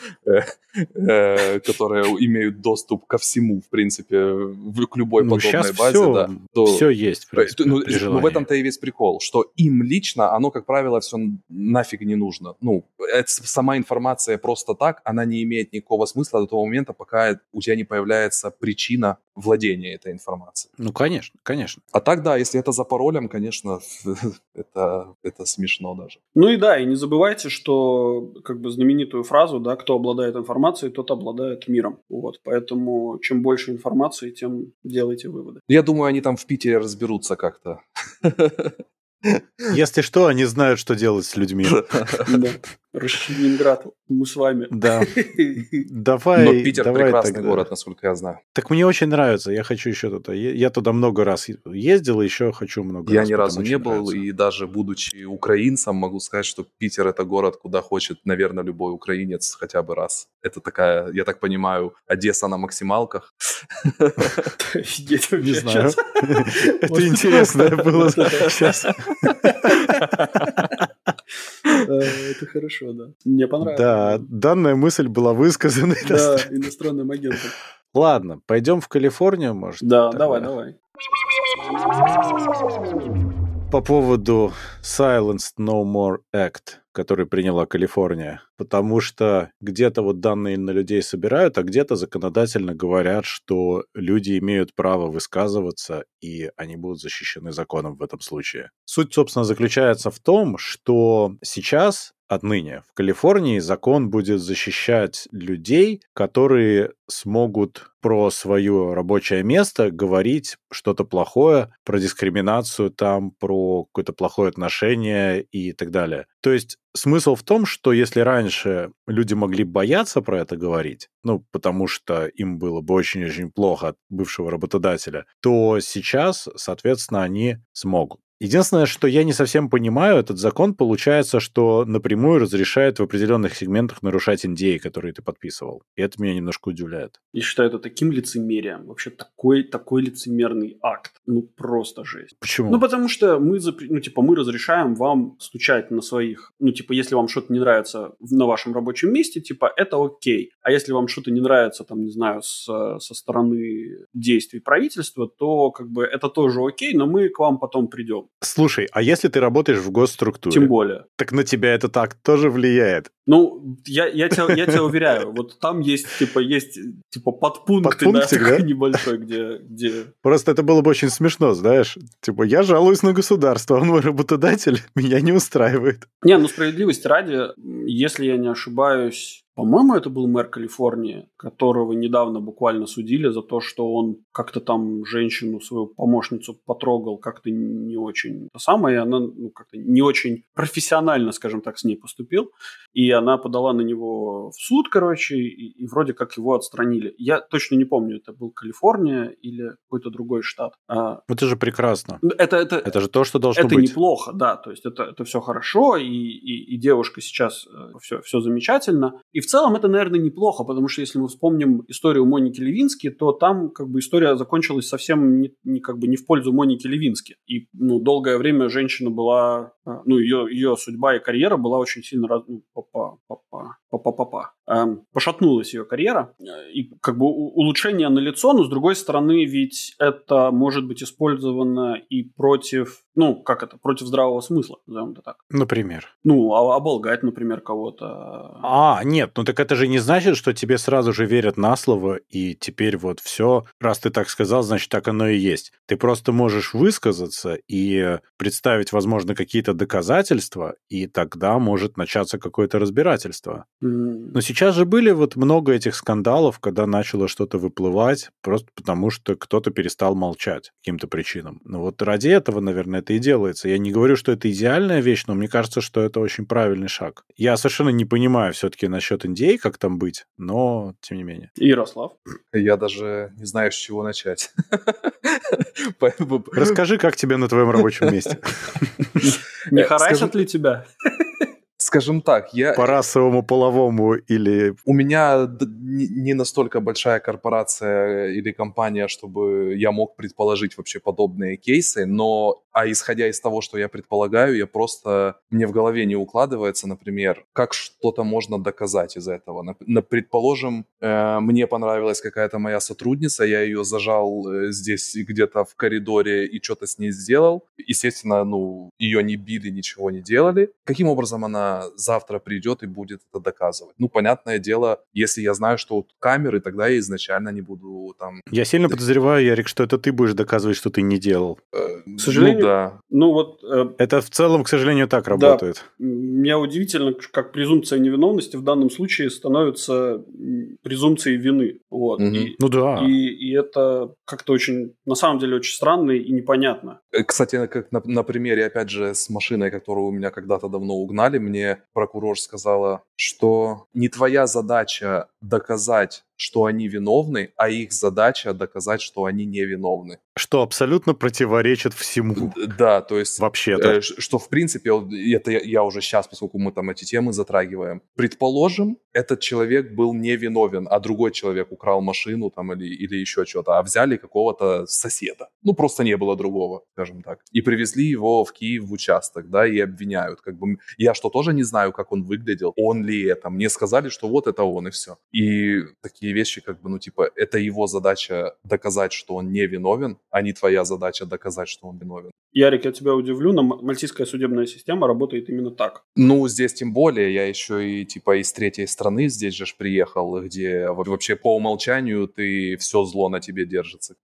которые имеют доступ ко всему, в принципе, в, к любой Ну, подобной сейчас базе. все, Да, то, все есть, в принципе, ну, при ну, в желании. этом-то и весь прикол, что им лично оно, как правило, все нафиг не нужно. Ну, это, сама информация просто так, она не имеет никакого смысла до того момента, пока у тебя не появляется причина владения этой информацией. Ну, конечно, конечно. А так, да, если это за паролем, конечно, это, это смешно даже. Ну и да, и не забывайте, что как бы знаменитую фразу, да, кто обладает информацией, тот обладает миром. Вот, поэтому чем больше информации, тем делайте выводы. Я думаю, они там в Питере разберутся как-то. Если что, они знают, что делать с людьми. Да. Ленинград, мы с вами. Да. Давай. Но Питер давай прекрасный тогда. город, насколько я знаю. Так мне очень нравится. Я хочу еще туда. Я туда много раз ездил, еще хочу много я раз. Я ни разу не был, нравится. И даже будучи украинцем, могу сказать, что Питер — это город, куда хочет, наверное, любой украинец хотя бы раз. Это такая, я так понимаю, Одесса на максималках. Не знаю. Это интересно было сейчас. Это хорошо, да. Мне понравилось. Да, данная мысль была высказана. Да, иностранным агентом. Ладно, пойдем в Калифорнию, может? Да, давай, давай. По поводу Silence No More Act, который приняла Калифорния. Потому что где-то вот данные на людей собирают, а где-то законодательно говорят, что люди имеют право высказываться, и они будут защищены законом в этом случае. Суть, собственно, заключается в том, что сейчас, отныне, в Калифорнии закон будет защищать людей, которые смогут про свое рабочее место говорить что-то плохое, про дискриминацию там, про какое-то плохое отношение и так далее. То есть смысл в том, что если раньше люди могли бояться про это говорить, ну, потому что им было бы очень-очень плохо от бывшего работодателя, то сейчас, соответственно, они смогут. Единственное, что я не совсем понимаю, этот закон получается, что напрямую разрешает в определенных сегментах нарушать эн ди эй, которые ты подписывал. И это меня немножко удивляет. Я считаю это таким лицемерием. Вообще такой, такой лицемерный акт. Ну, просто жесть. Почему? Ну, потому что мы, ну, типа, мы разрешаем вам стучать на своих... Ну, типа, если вам что-то не нравится на вашем рабочем месте, типа, это окей. А если вам что-то не нравится, там, не знаю, с, со стороны действий правительства, то, как бы, это тоже окей, но мы к вам потом придем. Слушай, а если ты работаешь в госструктуре? Тем более. Так на тебя это так тоже влияет? Ну, я, я, тебя, я тебя уверяю, вот там есть, типа, есть, типа, подпункты, Подпунктик, да, да? такой небольшой, где, где... Просто это было бы очень смешно, знаешь. Типа, я жалуюсь на государство, он мой работодатель, меня не устраивает. Не, ну, справедливости ради, если я не ошибаюсь, По-моему, это был мэр Калифорнии, которого недавно буквально судили за то, что он как-то там женщину, свою помощницу потрогал как-то не очень то самое, и она ну, как-то не очень профессионально, скажем так, с ней поступил, и она подала на него в суд, короче, и, и вроде как его отстранили. Я точно не помню, это был Калифорния или какой-то другой штат. Это же прекрасно. Это, это, это же то, что должно это быть. Это неплохо, да, то есть это, это все хорошо, и, и, и девушка сейчас все, все замечательно. И в целом это, наверное, неплохо, потому что если мы вспомним историю Моники Левински, то там как бы история закончилась совсем не, не, как бы не в пользу Моники Левински. И ну, долгое время женщина была, ну, ее, ее судьба и карьера была очень сильно раз, ну, по, по, по, по, по, по, по. Эм, пошатнулась ее карьера, и как бы улучшение налицо, но с другой стороны, ведь это может быть использовано и против, ну, как это, против здравого смысла, назовем это так. Например? Ну, оболгать, например, кого-то. А, нет, ну так это же не значит, что тебе сразу же верят на слово, и теперь вот все, раз ты так сказал, значит, так оно и есть. Ты просто можешь высказаться и представить, возможно, какие-то доказательства, и тогда может начаться какое-то разбирательство. Mm. Но сейчас же были вот много этих скандалов, когда начало что-то выплывать, просто потому что кто-то перестал молчать по каким-то причинам. Ну вот ради этого, наверное, это и делается. Я не говорю, что это идеальная вещь, но мне кажется, что это очень правильный шаг. Я совершенно не понимаю все-таки насчет эн ди эй, как там быть, но тем не менее. Ярослав? Я даже не знаю, с чего начать. Расскажи, как тебе на твоем рабочем месте. Не харасят ли тебя? Скажем так, я... По расовому, половому или... У меня не настолько большая корпорация или компания, чтобы я мог предположить вообще подобные кейсы, но, а исходя из того, что я предполагаю, я просто... Мне в голове не укладывается, например, как что-то можно доказать из этого. Предположим, мне понравилась какая-то моя сотрудница, я ее зажал здесь где-то в коридоре и что-то с ней сделал. Естественно, ну, ее не били, ничего не делали. Каким образом она завтра придет и будет это доказывать? Ну, понятное дело, если я знаю, что вот камеры, тогда я изначально не буду там... Я сильно подозреваю, Ярик, что это ты будешь доказывать, что ты не делал. К сожалению, ну, да. Ну, вот... Э... Это в целом, к сожалению, так работает. Да. Меня удивительно, как презумпция невиновности в данном случае становится презумпцией вины. Вот. Mm-hmm. И, ну да. И, и это как-то очень, на самом деле, очень странно и непонятно. Кстати, как на, на примере, опять же, с машиной, которую у меня когда-то давно угнали, мне прокурор сказала, что не твоя задача доказать, что они виновны, а их задача доказать, что они невиновны. Что абсолютно противоречит всему. Да, то есть... Вообще-то. Что, в принципе, это я уже сейчас, поскольку мы там эти темы затрагиваем. Предположим, этот человек был невиновен, а другой человек украл машину там или, или еще что-то, а взяли какого-то соседа. Ну, просто не было другого, скажем так. И привезли его в Киев в участок, да, и обвиняют. Как бы я что, тоже не знаю, как он выглядел? Он ли это? Мне сказали, что вот это он, и все. И такие вещи, как бы, ну, типа, это его задача доказать, что он не виновен, а не твоя задача доказать, что он виновен. Ярик, я тебя удивлю, но мальтийская судебная система работает именно так. Ну, здесь тем более, я еще и, типа, из третьей страны здесь же приехал, где вообще по умолчанию ты все зло на тебе держится.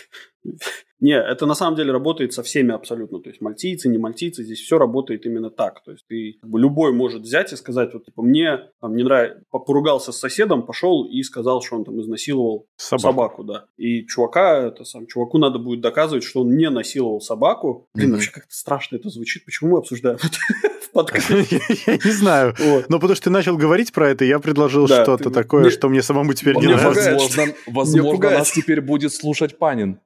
Не, это на самом деле работает со всеми абсолютно. То есть мальтийцы, не мальтийцы, здесь все работает именно так. То есть ты как бы, любой может взять и сказать, вот типа мне там, не нравится, поругался с соседом, пошел и сказал, что он там изнасиловал собаку, собаку да. И чувака, это сам чуваку надо будет доказывать, что он не насиловал собаку. Блин, mm-hmm. вообще как-то страшно это звучит. Почему мы обсуждаем это в подкасте? Я не знаю. Но потому что ты начал говорить про это, я предложил что-то такое, что мне самому теперь не нравится. Возможно, нас теперь будет слушать Панин.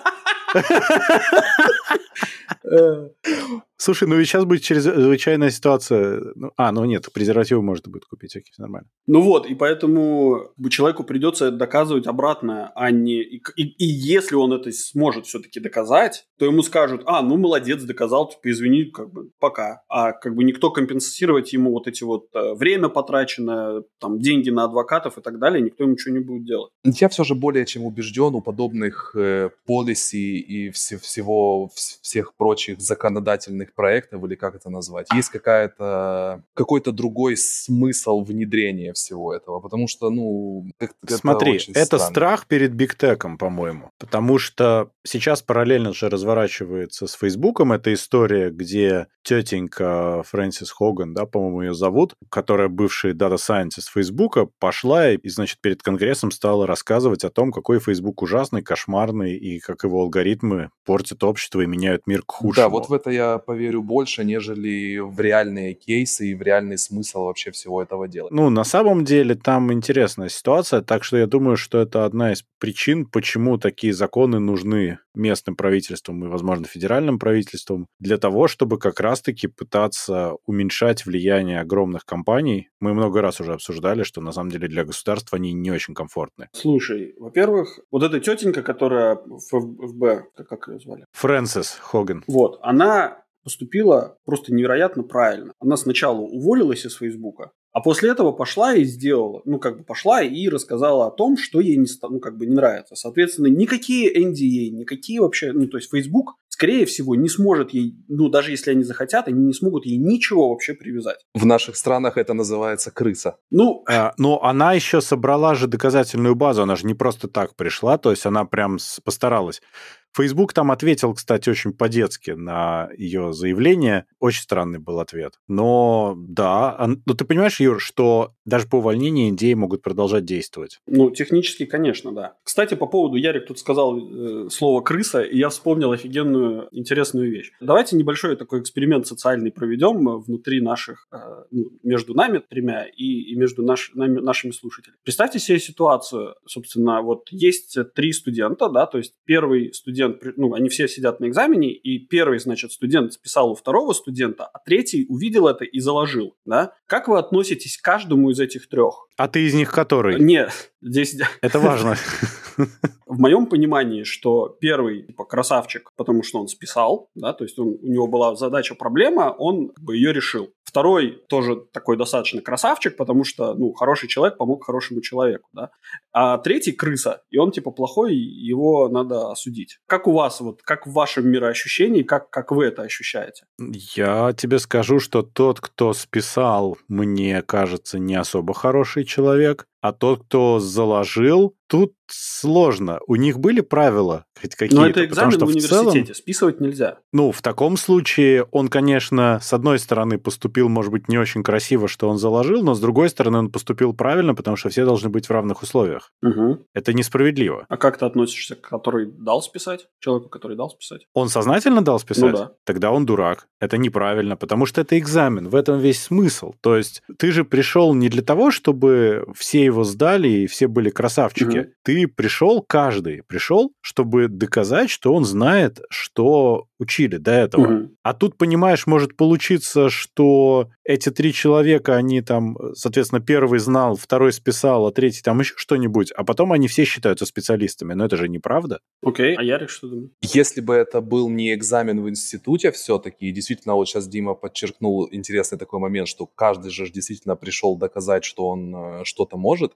Слушай, ну ведь сейчас будет чрезвычайная ситуация. А, ну нет, презервативы можно будет купить, окей, нормально. Ну вот, и поэтому человеку придется доказывать обратное, а не... И, и, и если он это сможет все-таки доказать, то ему скажут, а, ну молодец, доказал, типа, извини, как бы, пока. А как бы никто компенсировать ему вот эти вот время потраченное, там, деньги на адвокатов и так далее, никто ему ничего не будет делать. Я все же более чем убежден у подобных э, полиси и вс- всего, вс- всех прочих законодательных социальных проектов, или как это назвать. Есть какая-то, какой-то другой смысл внедрения всего этого, потому что, ну, как-то Смотри, это очень это странно. страх перед бигтеком, по-моему, потому что сейчас параллельно же разворачивается с Фейсбуком эта история, где тетенька Фрэнсис Хоган, да, по-моему, ее зовут, которая бывший дата-сайентист Фейсбука, пошла и, значит, перед Конгрессом стала рассказывать о том, какой Фейсбук ужасный, кошмарный, и как его алгоритмы портят общество и меняют мир к худшему. Да, вот в это я поверю больше, нежели в реальные кейсы и в реальный смысл вообще всего этого дела. Ну, на самом деле, там интересная ситуация, так что я думаю, что это одна из причин, почему такие законы нужны местным правительствам и, возможно, федеральным правительствам, для того, чтобы как раз-таки пытаться уменьшать влияние огромных компаний. Мы много раз уже обсуждали, что на самом деле для государства они не очень комфортны. Слушай, во-первых, вот эта тетенька, которая в эф бэ, как ее звали? Фрэнсис Хоган. Вот, она поступила просто невероятно правильно. Она сначала уволилась из Фейсбука, а после этого пошла и сделала, ну, как бы пошла и рассказала о том, что ей не, ну, как бы не нравится. Соответственно, никакие эн ди эй, никакие вообще, ну, то есть Facebook, скорее всего, не сможет ей, ну, даже если они захотят, они не смогут ей ничего вообще привязать. В наших странах это называется крыса. Ну, а, но она еще собрала же доказательную базу, она же не просто так пришла, то есть она прям постаралась. Facebook там ответил, кстати, очень по-детски на ее заявление. Очень странный был ответ. Но да, он, ну ты понимаешь, Юр, что даже по увольнению эн ди эй могут продолжать действовать? Ну, технически, конечно, да. Кстати, по поводу, Ярик тут сказал э, слово «крыса», и я вспомнил офигенную, интересную вещь. Давайте небольшой такой эксперимент социальный проведем внутри наших, э, ну, между нами тремя и, и между наш, нами, нашими слушателями. Представьте себе ситуацию, собственно, вот есть три студента, да, то есть первый студент, ну, они все сидят на экзамене, и первый, значит, студент списал у второго студента, а третий увидел это и заложил, да. Как вы относитесь к каждому из этих трех? А ты из них который? Нет, здесь... Это важно. В моем понимании, что первый типа красавчик, потому что он списал, да, то есть он, у него была задача, проблема, он как бы ее решил. Второй тоже такой достаточно красавчик, потому что, ну, хороший человек помог хорошему человеку, да. А третий крыса, и он типа плохой, его надо осудить. Как у вас, вот, как в вашем мироощущении, как, как вы это ощущаете? Я тебе скажу, что тот, кто списал, мне кажется, не особо хороший человек, а тот, кто заложил, тут сложно. У них были правила хоть какие-то? Но это экзамен потому, в что университете, в целом, списывать нельзя. Ну, в таком случае он, конечно, с одной стороны поступил, может быть, не очень красиво, что он заложил, но с другой стороны он поступил правильно, потому что все должны быть в равных условиях. Угу. Это несправедливо. А как ты относишься к который дал списать? Человеку, который дал списать? Он сознательно дал списать? Ну да. Тогда он дурак. Это неправильно, потому что это экзамен. В этом весь смысл. То есть ты же пришел не для того, чтобы все его сдали и все были красавчики. Угу. Ты пришел, каждый пришел, чтобы доказать, что он знает, что учили до этого. Угу. А тут, понимаешь, может получиться, что эти три человека, они там, соответственно, первый знал, второй списал, а третий там еще что-нибудь, а потом они все считаются специалистами. Но это же неправда. Окей, а Ярик что думает? Если бы это был не экзамен в институте все-таки, и действительно, вот сейчас Дима подчеркнул интересный такой момент, что каждый же действительно пришел доказать, что он э, что-то может,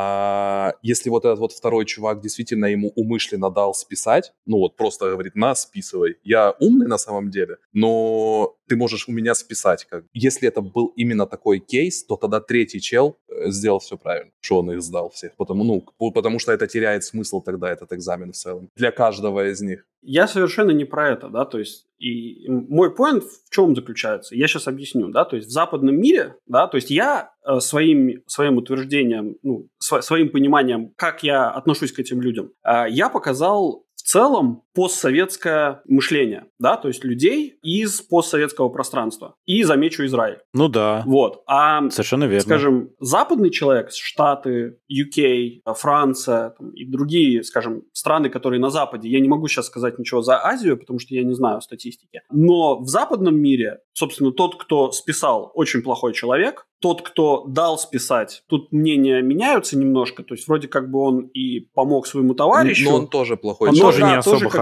а если вот этот вот второй чувак действительно ему умышленно дал списать, ну вот просто говорит, на, списывай, я умный на самом деле, но ты можешь у меня списать. Как. Если это был именно такой кейс, то тогда третий чел сделал все правильно, что он их сдал всех, потому, ну, потому что это теряет смысл тогда, этот экзамен в целом, для каждого из них. Я совершенно не про это, да, то есть и мой поинт в чем заключается? Я сейчас объясню, да, то есть в западном мире, да, то есть я э, своим, своим утверждением, ну, св- своим пониманием, как я отношусь к этим людям, э, я показал в целом постсоветское мышление, да, то есть людей из постсоветского пространства. И замечу Израиль. Ну да. Вот. А, совершенно верно. Скажем, западный человек, Штаты, ю кей, Франция там, и другие, скажем, страны, которые на Западе, я не могу сейчас сказать ничего за Азию, потому что я не знаю статистики, но в западном мире, собственно, тот, кто списал, очень плохой человек. Тот, кто дал списать, тут мнения меняются немножко, то есть вроде как бы он и помог своему товарищу. Но он тоже плохой он человек. тоже не особо тоже как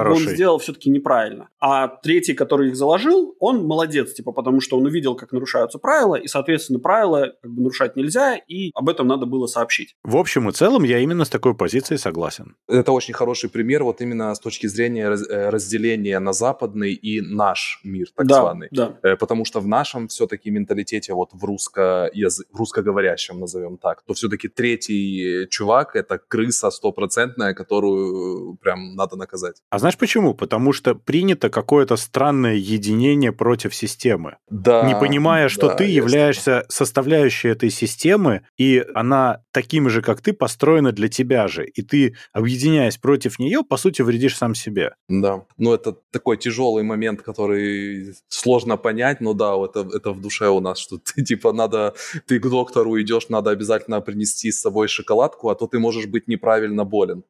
как бы он сделал все-таки неправильно. А третий, который их заложил, он молодец, типа, потому что он увидел, как нарушаются правила, и, соответственно, правила как бы нарушать нельзя, и об этом надо было сообщить. В общем и целом, я именно с такой позицией согласен. Это очень хороший пример, вот именно с точки зрения раз, разделения на западный и наш мир, так да, званый. Да. Потому что в нашем все-таки менталитете, вот в, русско язы... в русскоговорящем, назовем так, то все-таки третий чувак – это крыса стопроцентная, которую прям надо наказать. А знаешь почему? Потому что принято какое-то странное единение против системы. Да, не понимая, что да, ты являешься составляющей этой системы, и она таким же, как ты, построена для тебя же. И ты, объединяясь против нее, по сути, вредишь сам себе. Да. Ну, это такой тяжелый момент, который сложно понять, но да, это, это в душе у нас, что ты, типа, надо, ты к доктору идешь, надо обязательно принести с собой шоколадку, а то ты можешь быть неправильно болен.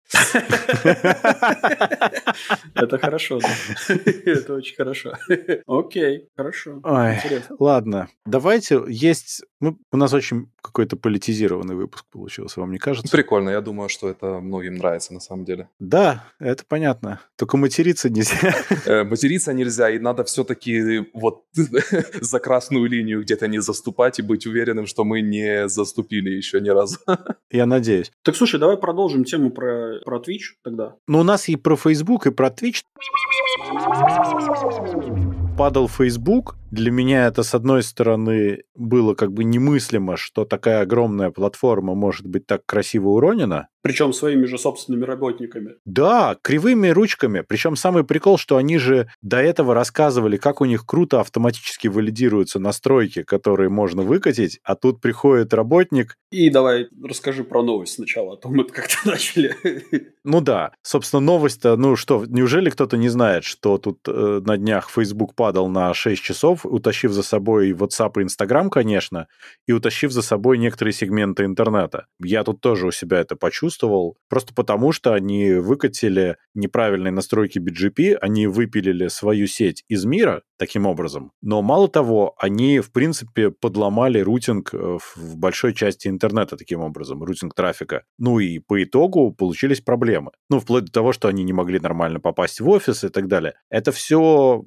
Это хорошо, да. Это очень хорошо. Окей, хорошо. Ой, ладно, давайте, есть... Ну, у нас очень какой-то политизированный выпуск получился, вам не кажется? Прикольно, я думаю, что это многим нравится на самом деле. Да, это понятно. Только материться нельзя. Материться нельзя, и надо все-таки вот за красную линию где-то не заступать и быть уверенным, что мы не заступили еще ни разу. Я надеюсь. Так, слушай, давай продолжим тему про, про Twitch тогда. Ну, у нас и про Facebook, и про Twitch. Падал Facebook. Для меня это, с одной стороны, было как бы немыслимо, что такая огромная платформа может быть так красиво уронена. Причем своими же собственными работниками. Да, кривыми ручками. Причем самый прикол, что они же до этого рассказывали, как у них круто автоматически валидируются настройки, которые можно выкатить, а тут приходит работник. И давай расскажи про новость сначала, а то мы как-то начали. Ну да, собственно, новость-то, ну что, неужели кто-то не знает, что тут э, на днях Facebook падал на шесть часов, утащив за собой WhatsApp и Instagram, конечно, и утащив за собой некоторые сегменты интернета. Я тут тоже у себя это почувствовал, просто потому что они выкатили неправильные настройки би джи пи, они выпилили свою сеть из мира таким образом, но мало того, они, в принципе, подломали рутинг в большой части интернета таким образом, рутинг трафика. Ну и по итогу получились проблемы. Ну, вплоть до того, что они не могли нормально попасть в офис и так далее. Это все...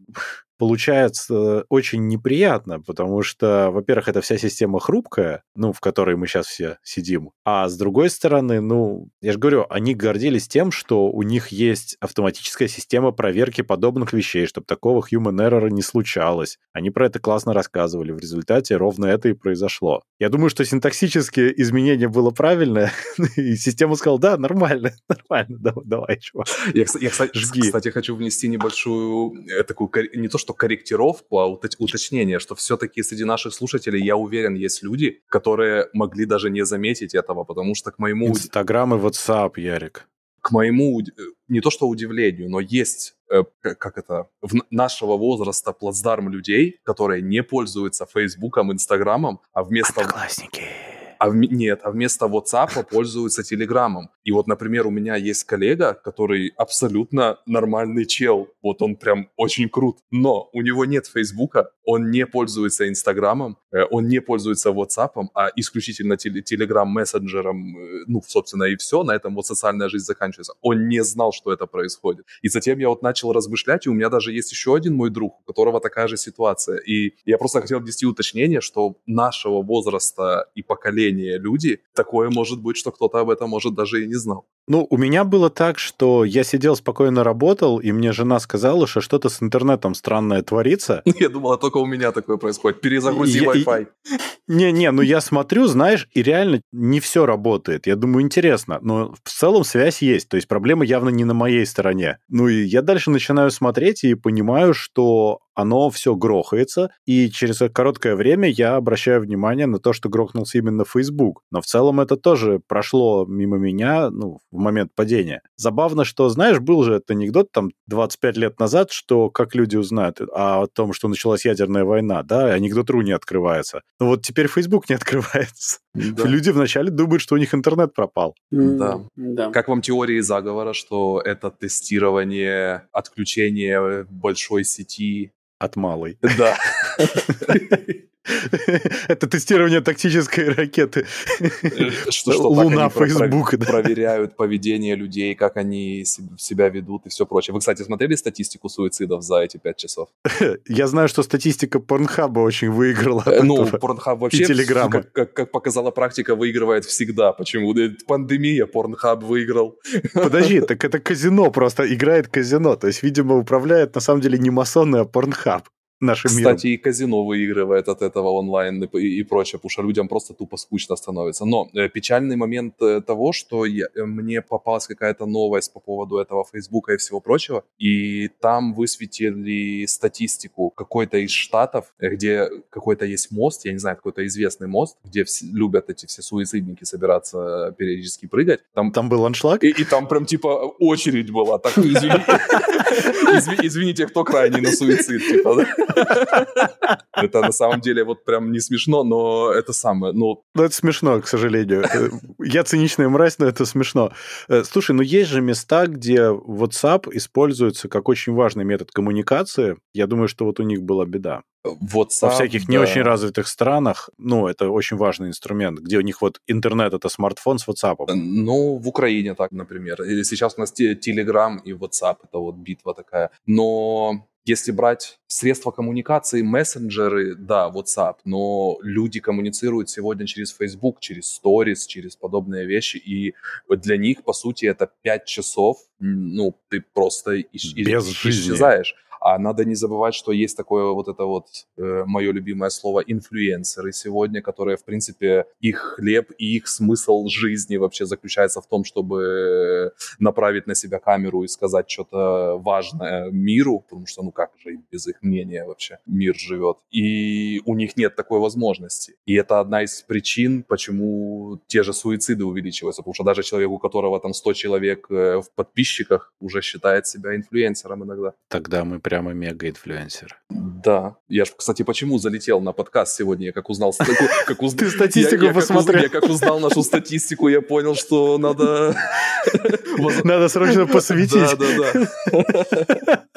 получается очень неприятно, потому что, во-первых, эта вся система хрупкая, ну, в которой мы сейчас все сидим, а с другой стороны, ну, я же говорю, они гордились тем, что у них есть автоматическая система проверки подобных вещей, чтобы такого human error не случалось. Они про это классно рассказывали, в результате ровно это и произошло. Я думаю, что синтаксическое изменение было правильное, и система сказала, да, нормально, нормально, давай, давай, чувак. Я, я кстати, кстати, хочу внести небольшую такую, не то что корректировку, а уточнение, что все-таки среди наших слушателей, я уверен, есть люди, которые могли даже не заметить этого, потому что к моему... Инстаграм и WhatsApp, Ярик. К моему, не то что удивлению, но есть, как это, в нашего возраста плацдарм людей, которые не пользуются Фейсбуком, Инстаграмом, а вместо... Одноклассники. А в... Нет, а вместо WhatsApp пользуются Телеграмом. И вот, например, у меня есть коллега, который абсолютно нормальный чел. Вот он прям очень крут. Но у него нет Фейсбука, он не пользуется Инстаграмом, он не пользуется WhatsApp, а исключительно Телеграм-мессенджером. Ну, собственно, и все. На этом вот социальная жизнь заканчивается. Он не знал, что это происходит. И затем я вот начал размышлять, и у меня даже есть еще один мой друг, у которого такая же ситуация. И я просто хотел внести уточнение, что нашего возраста и поколения люди, такое может быть, что кто-то об этом, может, даже и не знал. Ну, у меня было так, что я сидел спокойно работал, и мне жена сказала, что что-то с интернетом странное творится. Я думала, только у меня такое происходит. Перезагрузи я, Wi-Fi. Не-не, ну я смотрю, знаешь, и реально не все работает. Я думаю, интересно, но в целом связь есть, то есть проблема явно не на моей стороне. Ну и я дальше начинаю смотреть и понимаю, что оно все грохается, и через короткое время я обращаю внимание на то, что грохнулся именно Facebook. Но в целом это тоже прошло мимо меня, ну, в момент падения. Забавно, что, знаешь, был же этот анекдот там двадцать пять лет назад, что как люди узнают о том, что началась ядерная война, да, анекдот точка ру не открывается. Но вот теперь Facebook не открывается. Да. Люди вначале думают, что у них интернет пропал. Да. да. Как вам теории заговора, что это тестирование отключения большой сети от малой? Да. Это тестирование тактической ракеты. Что, что Луна так они Фейсбука. про- проверяют поведение людей, как они се- себя ведут и все прочее. Вы, кстати, смотрели статистику суицидов за эти пять часов? Я знаю, что статистика Порнхаба очень выиграла от Э, Ну, этого. Pornhub И вообще, Телеграма. как, как, как показала практика, выигрывает всегда. Почему? Э, Пандемия, Pornhub выиграл. Подожди, так это казино, просто играет казино. То есть, видимо, управляет на самом деле не масоны, а Порнхаб нашим миром. Кстати, и казино выигрывает от этого онлайн и, и прочее, потому что людям просто тупо скучно становится. Но э, печальный момент э, того, что я, э, мне попалась какая-то новость по поводу этого Фейсбука и всего прочего, и там высветили статистику какой-то из штатов, э, где какой-то есть мост, я не знаю, какой-то известный мост, где вс- любят эти все суицидники собираться э, периодически прыгать. Там, Там был аншлаг? и, и там прям типа очередь была. Так, извини- изви- извините, кто крайний на суицид, типа, да? Это на самом деле вот прям не смешно, но это самое, ну... Ну, это смешно, к сожалению. Э, Я циничная мразь, но это смешно. Э, Слушай, ну есть же места, где WhatsApp используется как очень важный метод коммуникации. Я думаю, что вот у них была беда. WhatsApp, Во всяких не да. очень развитых странах, ну, это очень важный инструмент, где у них вот интернет — это смартфон с WhatsApp. Ну, в Украине так, например. И сейчас у нас те- Telegram и WhatsApp, это вот битва такая. Но если брать средства коммуникации, мессенджеры, да, WhatsApp, но люди коммуницируют сегодня через Facebook, через Stories, через подобные вещи, и для них, по сути, это пять часов, м, ну, ты просто ищ- Без ищ- жизни. исчезаешь. А надо не забывать, что есть такое вот это вот э, мое любимое слово инфлюенсеры сегодня, которые, в принципе, их хлеб и их смысл жизни вообще заключается в том, чтобы направить на себя камеру и сказать что-то важное миру, потому что, ну как же без их мнения вообще мир живет. И у них нет такой возможности. И это одна из причин, почему те же суициды увеличиваются, потому что даже человек, у которого там сто человек э, в подписчиках, уже считает себя инфлюенсером иногда. Тогда мы прямо мега-инфлюенсеры. Да. Я ж, кстати, почему залетел на подкаст сегодня? Я как узнал... стату- как уз- Ты статистику я- я как уз- посмотрел. Я как узнал нашу статистику, я понял, что надо... воз- Надо срочно посвятить. Да, да, да.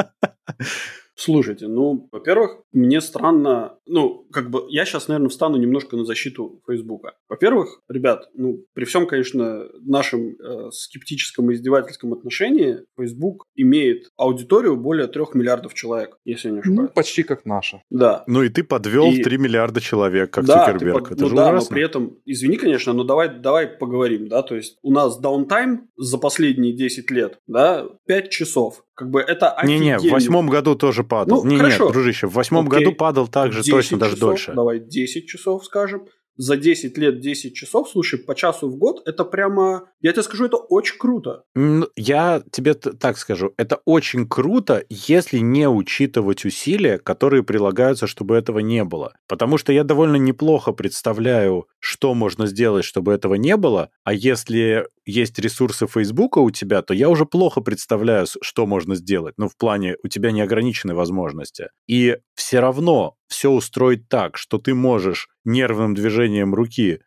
Слушайте, ну, во-первых, мне странно, ну, как бы, я сейчас, наверное, встану немножко на защиту Фейсбука. Во-первых, ребят, ну, при всем, конечно, нашем э, скептическом и издевательском отношении, Facebook имеет аудиторию более трех миллиардов человек, если я не Ну, ошибаюсь. почти как наша. Да. Ну и ты подвел И- в три миллиарда человек, как Да, ты Цукерберг. под- Это ну же да, ужасно. но при этом, извини, конечно, но давай, давай поговорим, да, то есть у нас даунтайм за последние десять лет, да, пять часов. Как бы это Не-не, в офигенный- восьмом году тоже падал. Ну, Не-не, хорошо. дружище, в восьмом Окей. году падал также десять точно, даже часов, дольше. Давай десять часов скажем. За десять лет десять часов, слушай, по часу в год, это прямо, я тебе скажу, это очень круто. М, Я тебе т- так скажу, это очень круто, если не учитывать усилия, которые прилагаются, чтобы этого не было. Потому что я довольно неплохо представляю, что можно сделать, чтобы этого не было, а если есть ресурсы Фейсбука у тебя, то я уже плохо представляю, с- что можно сделать. Ну, в плане, у тебя неограничены возможности. И все равно все устроить так, что ты можешь нервным движением руки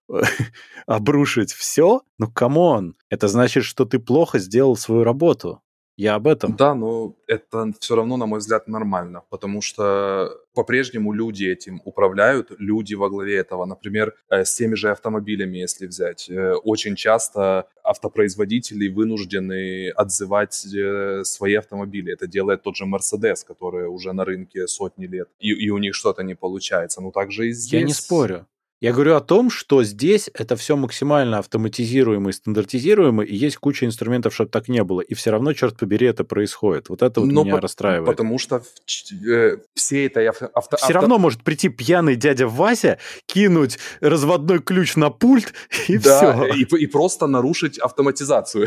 обрушить все, ну, камон, это значит, что ты плохо сделал свою работу. Я об этом. Да, но это все равно, на мой взгляд, нормально, потому что по-прежнему люди этим управляют, люди во главе этого. Например, э, с теми же автомобилями, если взять. Э, Очень часто автопроизводители вынуждены отзывать э, свои автомобили. Это делает тот же Mercedes, который уже на рынке сотни лет, и, и у них что-то не получается. Ну, так же и здесь. Я не спорю. Я говорю о том, что здесь это все максимально автоматизируемо и стандартизируемо, и есть куча инструментов, чтобы так не было. И все равно, черт побери, это происходит. Вот это вот Но меня по- расстраивает. Потому что в ч- э, все это авто, авто- Все авто- равно может прийти пьяный дядя Вася, кинуть разводной ключ на пульт, и да, все. и, и просто нарушить автоматизацию.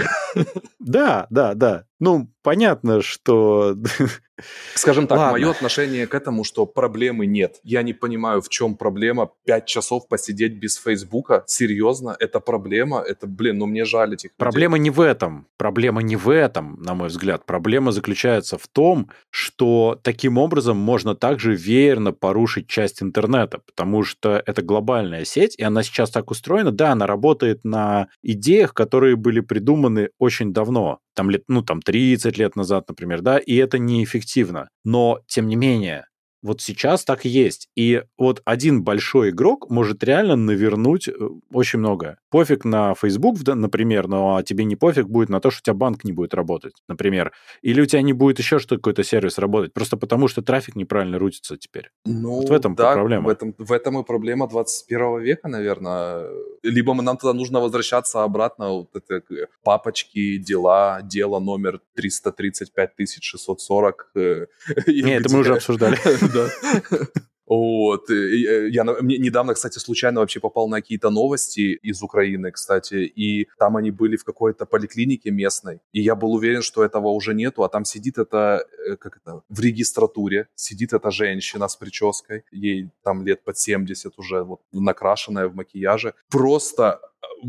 Да, да, да. Ну, понятно, что... Скажем так, Ладно. мое отношение к этому, что проблемы нет. Я не понимаю, в чем проблема. Пять часов посидеть без Фейсбука? Серьезно? Это проблема? Это, блин, ну мне жаль этих людей. Проблема не в этом. Проблема не в этом, на мой взгляд. Проблема заключается в том, что таким образом можно также веерно порушить часть интернета, потому что это глобальная сеть, и она сейчас так устроена. Да, она работает на идеях, которые были придуманы очень давно. Там, лет, ну, там тридцать лет назад, например, да, и это неэффективно. Но, тем не менее, Вот сейчас так есть. И вот один большой игрок может реально навернуть очень многое. Пофиг на Facebook, например, но тебе не пофиг будет на то, что у тебя банк не будет работать, например. Или у тебя не будет еще что какой-то сервис работать, просто потому что трафик неправильно рутится теперь. Ну, вот в этом да, проблема. В этом, в этом и проблема двадцать первого века, наверное. Либо нам тогда нужно возвращаться обратно, вот это папочки, дела, дело номер триста тридцать пять тысяч шестьсот сорок. Не, это мы уже обсуждали. Вот. Я недавно, кстати, случайно вообще попал на какие-то новости из Украины, кстати, и там они были в какой-то поликлинике местной, и я был уверен, что этого уже нету, а там сидит это, как это, в регистратуре, сидит эта женщина с прической, ей там лет под семьдесят уже, вот, накрашенная в макияже, просто в,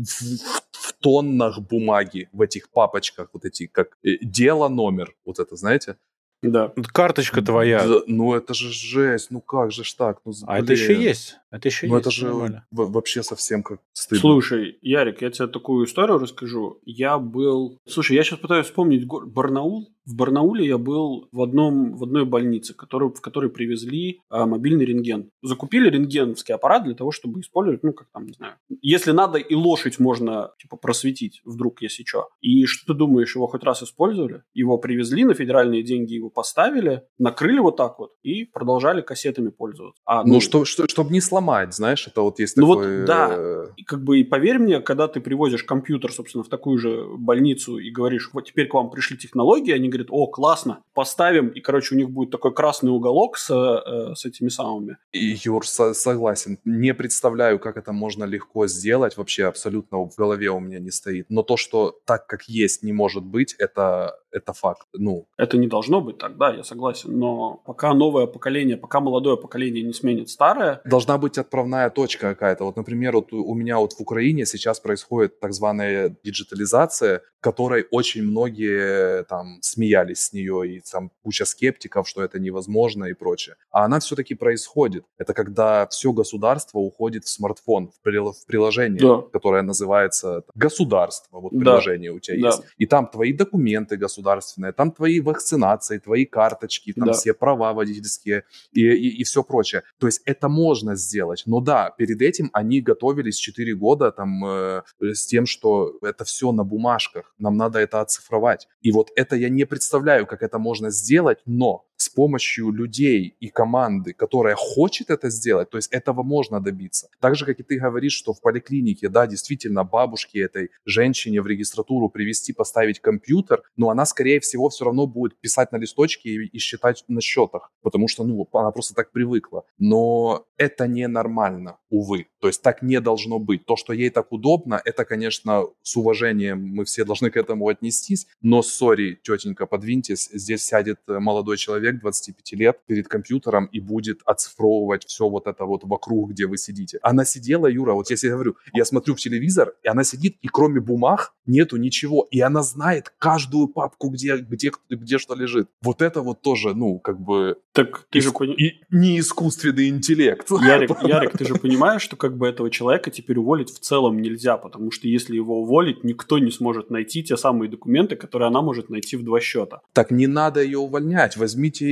в тоннах бумаги в этих папочках, вот эти, как дело номер, вот это, знаете? Да. Карточка твоя. Да, ну это же жесть, ну как же ж так? Ну, а это еще есть. Это еще ну есть. это же нормально. Вообще совсем как стыдно. Слушай, Ярик, я тебе такую историю расскажу. Я был... Слушай, я сейчас пытаюсь вспомнить го... Барнаул. В Барнауле я был в, одном, в одной больнице, который, в которой привезли а, мобильный рентген. Закупили рентгеновский аппарат для того, чтобы использовать, ну, как там, не знаю. Если надо, и лошадь можно, типа, просветить, вдруг, если что. И что ты думаешь, его хоть раз использовали? Его привезли на федеральные деньги, его поставили, накрыли вот так вот и продолжали кассетами пользоваться. А, ну, ну что, что, чтобы не сломать, знаешь, это вот есть ну такой... Вот, да, и как бы, и поверь мне, когда ты привозишь компьютер, собственно, в такую же больницу и говоришь, вот теперь к вам пришли технологии, они говорят, о, классно, поставим, и, короче, у них будет такой красный уголок с, э, с этими самыми. И, Юр, со- согласен, не представляю, как это можно легко сделать, вообще абсолютно в голове у меня не стоит, но то, что так, как есть, не может быть, это, это факт, ну. Это не должно быть так, да, я согласен, но пока новое поколение, пока молодое поколение не сменит старое... Должна быть отправная точка какая-то, вот, например, вот у меня вот в Украине сейчас происходит так званая диджитализация, которой очень многие там смеялись с нее, и там куча скептиков, что это невозможно и прочее. А она все-таки происходит. Это когда все государство уходит в смартфон, в, прил- в приложение, да. которое называется там, «Государство». Вот приложение да. у тебя да. есть. И там твои документы государственные, там твои вакцинации, твои карточки, там да. все права водительские и, и, и все прочее. То есть это можно сделать. Но да, перед этим они готовились четыре года там, э, с тем, что это все на бумажках. Нам надо это оцифровать. И вот это я не представляю, как это можно сделать, но с помощью людей и команды, которая хочет это сделать, то есть этого можно добиться. Так же, как и ты говоришь, что в поликлинике, да, действительно, бабушке этой женщине в регистратуру привести, поставить компьютер, но она, скорее всего, все равно будет писать на листочке и, и считать на счетах, потому что, ну, она просто так привыкла. Но это ненормально, увы. То есть так не должно быть. То, что ей так удобно, это, конечно, с уважением мы все должны к этому отнестись, но, сори, тетенька, подвиньтесь, здесь сядет молодой человек двадцати пяти лет перед компьютером и будет оцифровывать все вот это вот вокруг, где вы сидите. Она сидела, Юра, вот я себе говорю, я смотрю в телевизор, и она сидит, и кроме бумаг нету ничего, и она знает каждую папку, где, где, где что лежит. Вот это вот тоже, ну, как бы... Так ты Иск... же пони... и не искусственный интеллект. Ярик, Ярик, ты же понимаешь, что как бы этого человека теперь уволить в целом нельзя, потому что если его уволить, никто не сможет найти те самые документы, которые она может найти в два счета. Так не надо ее увольнять, возьмите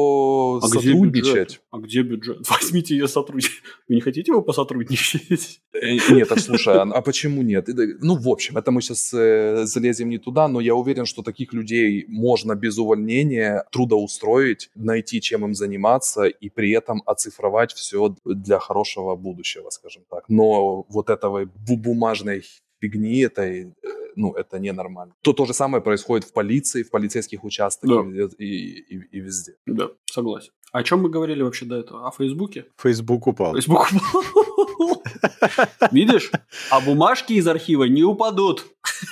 ее а сотрудничать. Где а где бюджет? Возьмите ее сотрудничать. Вы не хотите его посотрудничать? Нет, так слушай, а почему нет? Ну, в общем, это мы сейчас залезем не туда, но я уверен, что таких людей можно без увольнения трудоустроить, найти, чем им заниматься, и при этом оцифровать все для хорошего будущего, скажем так. Но вот этого бумажной фигни этой, ну, это ненормально. То, то же самое происходит в полиции, в полицейских участках да. и, и, и, и везде. Да, согласен. О чем мы говорили вообще до этого? О Фейсбуке? Фейсбук упал. Фейсбук упал. Видишь? А бумажки из архива не упадут.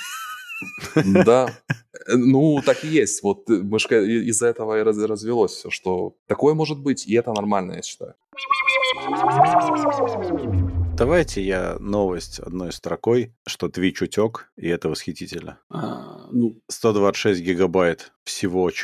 Да. Ну, так и есть. Вот мышка из-за этого и развелось все, что такое может быть, и это нормально, я считаю. Давайте я новость одной строкой, что Twitch утек, и это восхитительно. А, ну. сто двадцать шесть гигабайт всего чего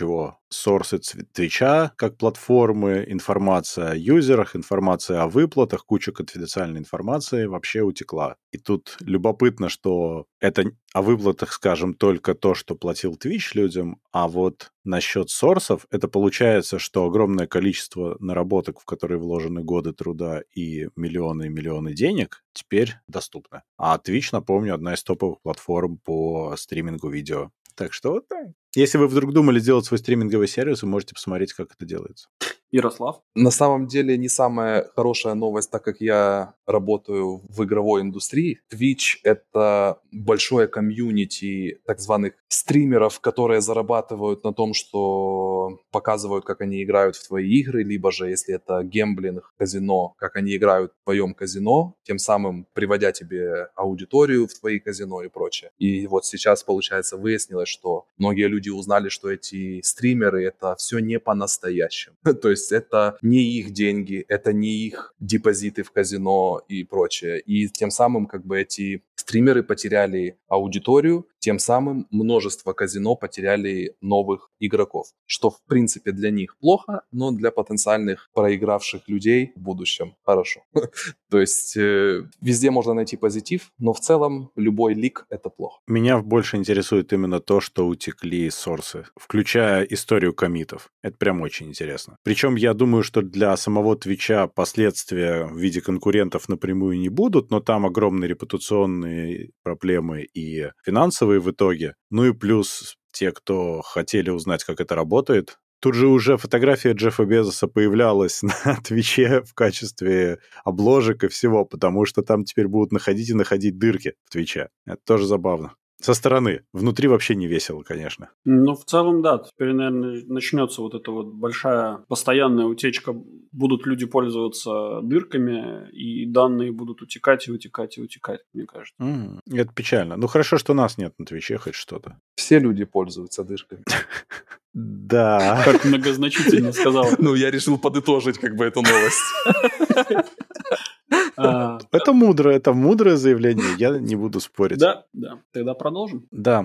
сорсы Твича как платформы, информация о юзерах, информация о выплатах, куча конфиденциальной информации вообще утекла. И тут любопытно, что это о выплатах, скажем, только то, что платил Twitch людям, а вот насчет сорсов, это получается, что огромное количество наработок, в которые вложены годы труда и миллионы и миллионы денег, теперь доступно. А Twitch, напомню, одна из топовых платформ по стримингу видео. Так что вот так. Если вы вдруг думали сделать свой стриминговый сервис, вы можете посмотреть, как это делается. Ярослав? На самом деле не самая хорошая новость, так как я работаю в игровой индустрии. Twitch — это большое комьюнити так званых стримеров, которые зарабатывают на том, что показывают, как они играют в твои игры, либо же, если это гэмблинг, казино, как они играют в твоем казино, тем самым приводя тебе аудиторию в твои казино и прочее. И вот сейчас, получается, выяснилось, что многие люди узнали, что эти стримеры — это все не по-настоящему. То есть это не их деньги, это не их депозиты в казино и прочее. И тем самым как бы эти стримеры потеряли аудиторию, тем самым множество казино потеряли новых игроков. Что в принципе для них плохо, но для потенциальных проигравших людей в будущем хорошо. То есть э, везде можно найти позитив, но в целом любой лик — это плохо. Меня больше интересует именно то, что утекли сорсы, включая историю коммитов. Это прям очень интересно. Причем я думаю, что для самого Твича последствия в виде конкурентов напрямую не будут, но там огромные репутационные проблемы и финансовые в итоге. Ну и плюс те, кто хотели узнать, как это работает. Тут же уже фотография Джеффа Безоса появлялась на Твиче в качестве обложек и всего, потому что там теперь будут находить и находить дырки в Твиче. Это тоже забавно. Со стороны. Внутри вообще не весело, конечно. Ну, в целом, да. Теперь, наверное, начнется вот эта вот большая постоянная утечка. Будут люди пользоваться дырками, и данные будут утекать и утекать и утекать, мне кажется. Mm, это печально. Ну, хорошо, что нас нет на Твиче хоть что-то. Все люди пользуются дырками. Да. Как многозначительно сказал. Ну, я решил подытожить как бы эту новость. Это мудро, это мудрое заявление, я не буду спорить. Да, да. Тогда продолжим. Да.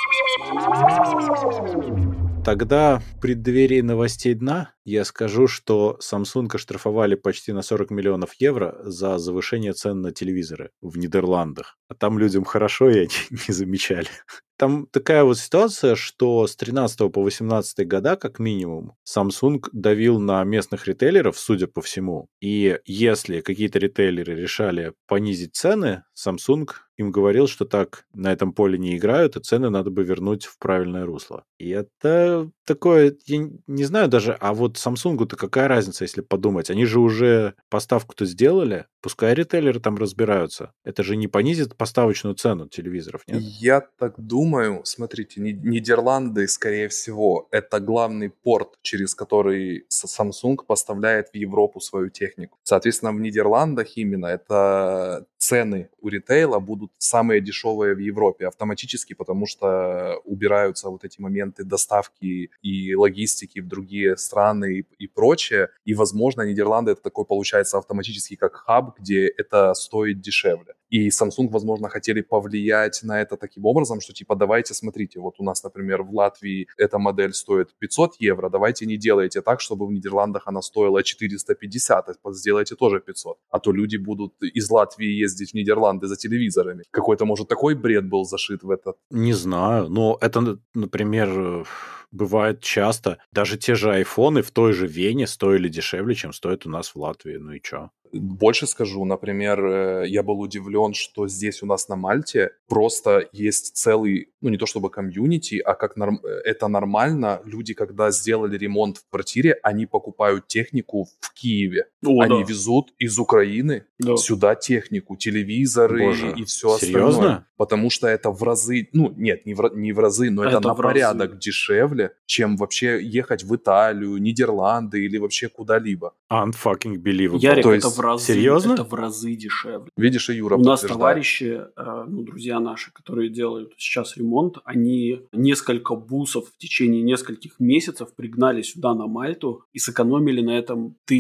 Тогда в преддверии новостей дна я скажу, что Samsung оштрафовали почти на сорок миллионов евро за завышение цен на телевизоры в Нидерландах. А там людям хорошо, и они не замечали. Там такая вот ситуация, что с тринадцатого по восемнадцатый года, как минимум, Samsung давил на местных ритейлеров, судя по всему. И если какие-то ритейлеры решали понизить цены, Samsung им говорил, что так на этом поле не играют, и цены надо бы вернуть в правильное русло. И это такое, я не знаю даже, а вот Samsung-то какая разница, если подумать? Они же уже поставку-то сделали, пускай ритейлеры там разбираются. Это же не понизит поставочную цену телевизоров, нет? Я так думаю, смотрите, Нидерланды, скорее всего, это главный порт, через который Samsung поставляет в Европу свою технику. Соответственно, в Нидерландах именно это цены у ритейла будут самые дешевые в Европе автоматически, потому что убираются вот эти моменты доставки и логистики в другие страны и, и прочее. И, возможно, Нидерланды — это такой, получается, автоматически как хаб, где это стоит дешевле. И Samsung, возможно, хотели повлиять на это таким образом, что типа давайте, смотрите, вот у нас, например, в Латвии эта модель стоит пятьсот евро, давайте не делайте так, чтобы в Нидерландах она стоила четыреста пятьдесят, сделайте тоже пятьсот. А то люди будут из Латвии ездить в Нидерланды за телевизорами. Какой-то, может, такой бред был зашит в этот? Не знаю, но это, например, бывает часто. Даже те же айфоны в той же Вене стоили дешевле, чем стоят у нас в Латвии. Ну и чё? Больше скажу, например, я был удивлен, что здесь у нас на Мальте просто есть целый, ну не то чтобы комьюнити, а как норм... это нормально. Люди, когда сделали ремонт в квартире, они покупают технику в Киеве. О, они да. везут из Украины Да. сюда технику, телевизоры Боже, и все серьезно? остальное. Потому что это в разы, ну нет, не в, не в разы, но это, Это на в разы. порядок дешевле, чем вообще ехать в Италию, Нидерланды или вообще куда-либо. Unfucking believable. Ярик, То это есть- в разы, серьезно? это в разы дешевле. Видишь, и Юра У нас подтверждает. товарищи, э, ну, друзья наши, которые делают сейчас ремонт, они несколько бусов в течение нескольких месяцев пригнали сюда на Мальту и сэкономили на этом тысяч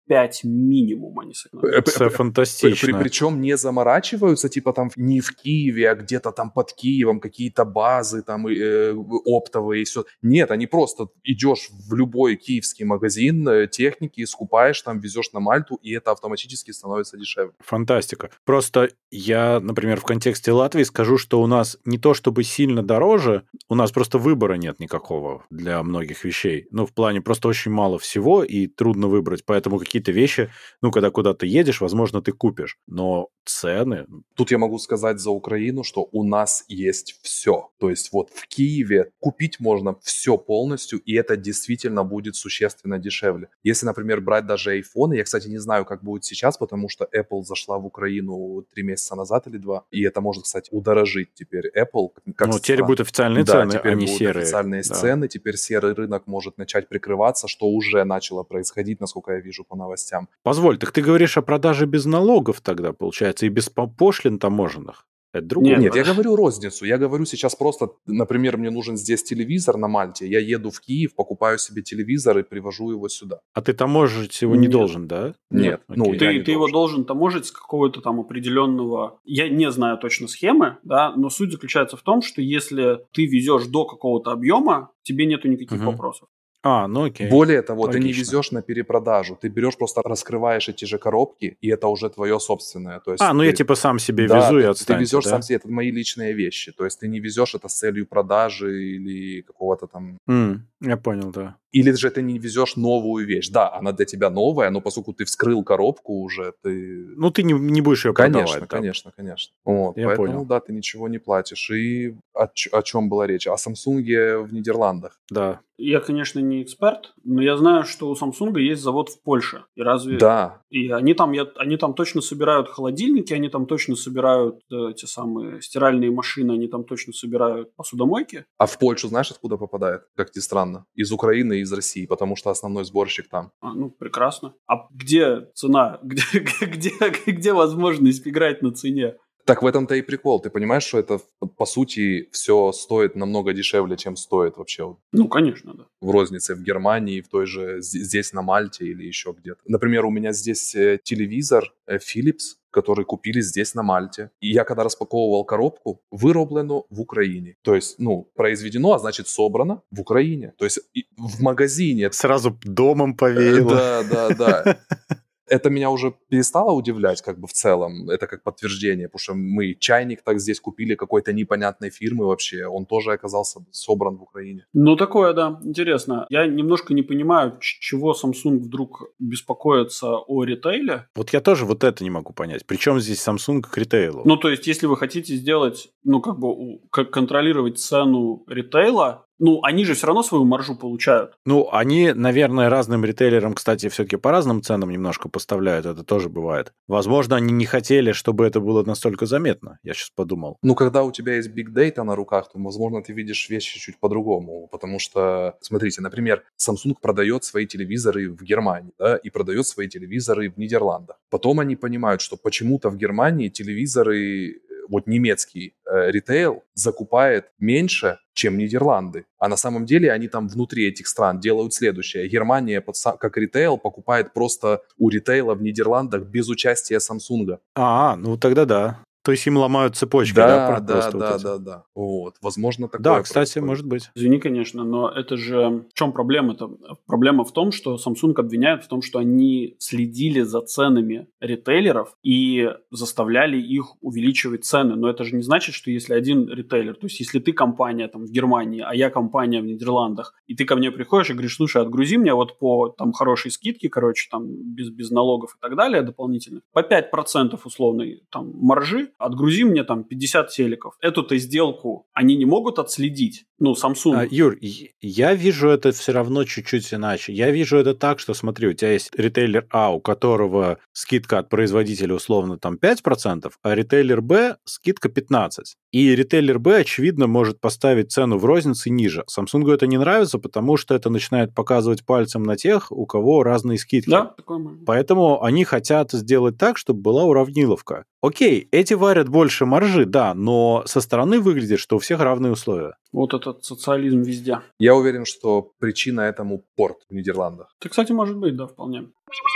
пять минимум они сэкономят. Это фантастично. Причем не заморачиваются, типа там не в Киеве, а где-то там под Киевом какие-то базы там э, оптовые и все. Нет, они просто идешь в любой киевский магазин техники, скупаешь там, везешь на Мальту, и это автоматически становится дешевле. Фантастика. Просто я, например, в контексте Латвии скажу, что у нас не то чтобы сильно дороже, у нас просто выбора нет никакого для многих вещей. Ну, в плане просто очень мало всего, и трудно выбрать. Поэтому какие-то вещи, ну, когда куда-то едешь, возможно, ты купишь. Но цены... Тут я могу сказать за Украину, что у нас есть все. То есть вот в Киеве купить можно все полностью, и это действительно будет существенно дешевле. Если, например, брать даже айфоны, я, кстати, не знаю, как будет сейчас, потому что Apple зашла в Украину три месяца назад или два, и это может, кстати, удорожить теперь Apple. Как ну, теперь будут официальные да, цены, теперь а не будут серые. официальные да. цены, теперь серый рынок может начать прикрываться, что уже начало происходить, насколько я вижу по новостям. Позволь, так ты говоришь о продаже без налогов тогда, получается, и без пошлин таможенных? Это другое? Нет, Нет я говорю розницу. Я говорю сейчас просто, например, мне нужен здесь телевизор на Мальте, я еду в Киев, покупаю себе телевизор и привожу его сюда. А ты таможить его не Нет. должен, да? Нет. Ну, ну, ты, я не ты его должен таможить с какого-то там определенного... Я не знаю точно схемы, да, но суть заключается в том, что если ты везешь до какого-то объема, тебе нету никаких Угу. вопросов. А, ну окей. Более того, Логично. ты не везешь на перепродажу, ты берешь просто раскрываешь эти же коробки, и это уже твое собственное. То есть а, ну ты... я типа сам себе да, везу и ты, отстаньте, ты везешь да? сам себе, это мои личные вещи. То есть ты не везешь это с целью продажи или какого-то там... Mm, я понял, да. Или же ты не везешь новую вещь. Да, она для тебя новая, но поскольку ты вскрыл коробку уже, ты... Ну ты не, не будешь ее конечно, продавать. Да. Конечно, конечно. Вот, я поэтому, понял. да, ты ничего не платишь. И о, о чем была речь? О Samsung в Нидерландах. Да. Я, конечно, не эксперт, но я знаю, что у Samsung есть завод в Польше. И разве... Да. И они там, я, они там точно собирают холодильники, они там точно собирают э, те самые стиральные машины, они там точно собирают посудомойки. А в Польшу знаешь, откуда попадает? Как ни странно. Из Украины и из России, потому что основной сборщик там. А, ну, прекрасно. А где цена? Где, где, где возможность играть на цене? Так в этом-то и прикол. Ты понимаешь, что это, по сути, все стоит намного дешевле, чем стоит вообще? Ну, конечно, да. В рознице в Германии, в той же, здесь на Мальте или еще где-то. Например, у меня здесь телевизор Philips, который купили здесь на Мальте. И я когда распаковывал коробку, выроблено в Украине. То есть, ну, произведено, а значит собрано в Украине. То есть в магазине. Сразу домом повеяло. Да, да, да. Это меня уже перестало удивлять, как бы в целом, это как подтверждение, потому что мы чайник так здесь купили какой-то непонятной фирмы вообще, он тоже оказался собран в Украине. Ну, такое, да, интересно. Я немножко не понимаю, чего Samsung вдруг беспокоится о ритейле. Вот я тоже вот это не могу понять. Причем здесь Samsung к ритейлу? Ну, то есть, если вы хотите сделать, ну, как бы, как контролировать цену ритейла, ну, они же все равно свою маржу получают. Ну, они, наверное, разным ритейлерам, кстати, все-таки по разным ценам немножко поставляют. Это тоже бывает. Возможно, они не хотели, чтобы это было настолько заметно. Я сейчас подумал. Ну, когда у тебя есть big data на руках, то, возможно, ты видишь вещи чуть по-другому. Потому что, смотрите, например, Samsung продает свои телевизоры в Германии, да, и продает свои телевизоры в Нидерландах. Потом они понимают, что почему-то в Германии телевизоры... Вот немецкий э, ритейл закупает меньше, чем Нидерланды. А на самом деле они там внутри этих стран делают следующее. Германия под, как ритейл покупает просто у ритейла в Нидерландах без участия Samsung. А, ну тогда да. То есть им ломают цепочки, да? Да, да, да, да, вот да, да. Вот, возможно, такое Да, кстати, происходит. может быть. Извини, конечно, но это же... В чем проблема-то? Проблема в том, что Samsung обвиняют в том, что они следили за ценами ритейлеров и заставляли их увеличивать цены. Но это же не значит, что если один ритейлер, то есть если ты компания там в Германии, а я компания в Нидерландах, и ты ко мне приходишь и говоришь, слушай, отгрузи мне вот по там хорошей скидке, короче, там без, без налогов и так далее дополнительно, по пять процентов условной там маржи, отгрузи мне там пятьдесят телеков. Эту-то сделку они не могут отследить. Ну, Samsung. А, Юр, я вижу это все равно чуть-чуть иначе. Я вижу это так, что, смотри, у тебя есть ритейлер А, у которого скидка от производителя условно там пять процентов, а ритейлер Б скидка пятнадцать процентов. И ритейлер Б, очевидно, может поставить цену в рознице ниже. Samsung это не нравится, потому что это начинает показывать пальцем на тех, у кого разные скидки. Да, такое можно. Поэтому они хотят сделать так, чтобы была уравниловка. Окей, эти варят больше маржи, да, но со стороны выглядит, что у всех равные условия. Вот этот социализм везде. Я уверен, что причина этому порт в Нидерландах. Это, кстати, может быть, да, вполне.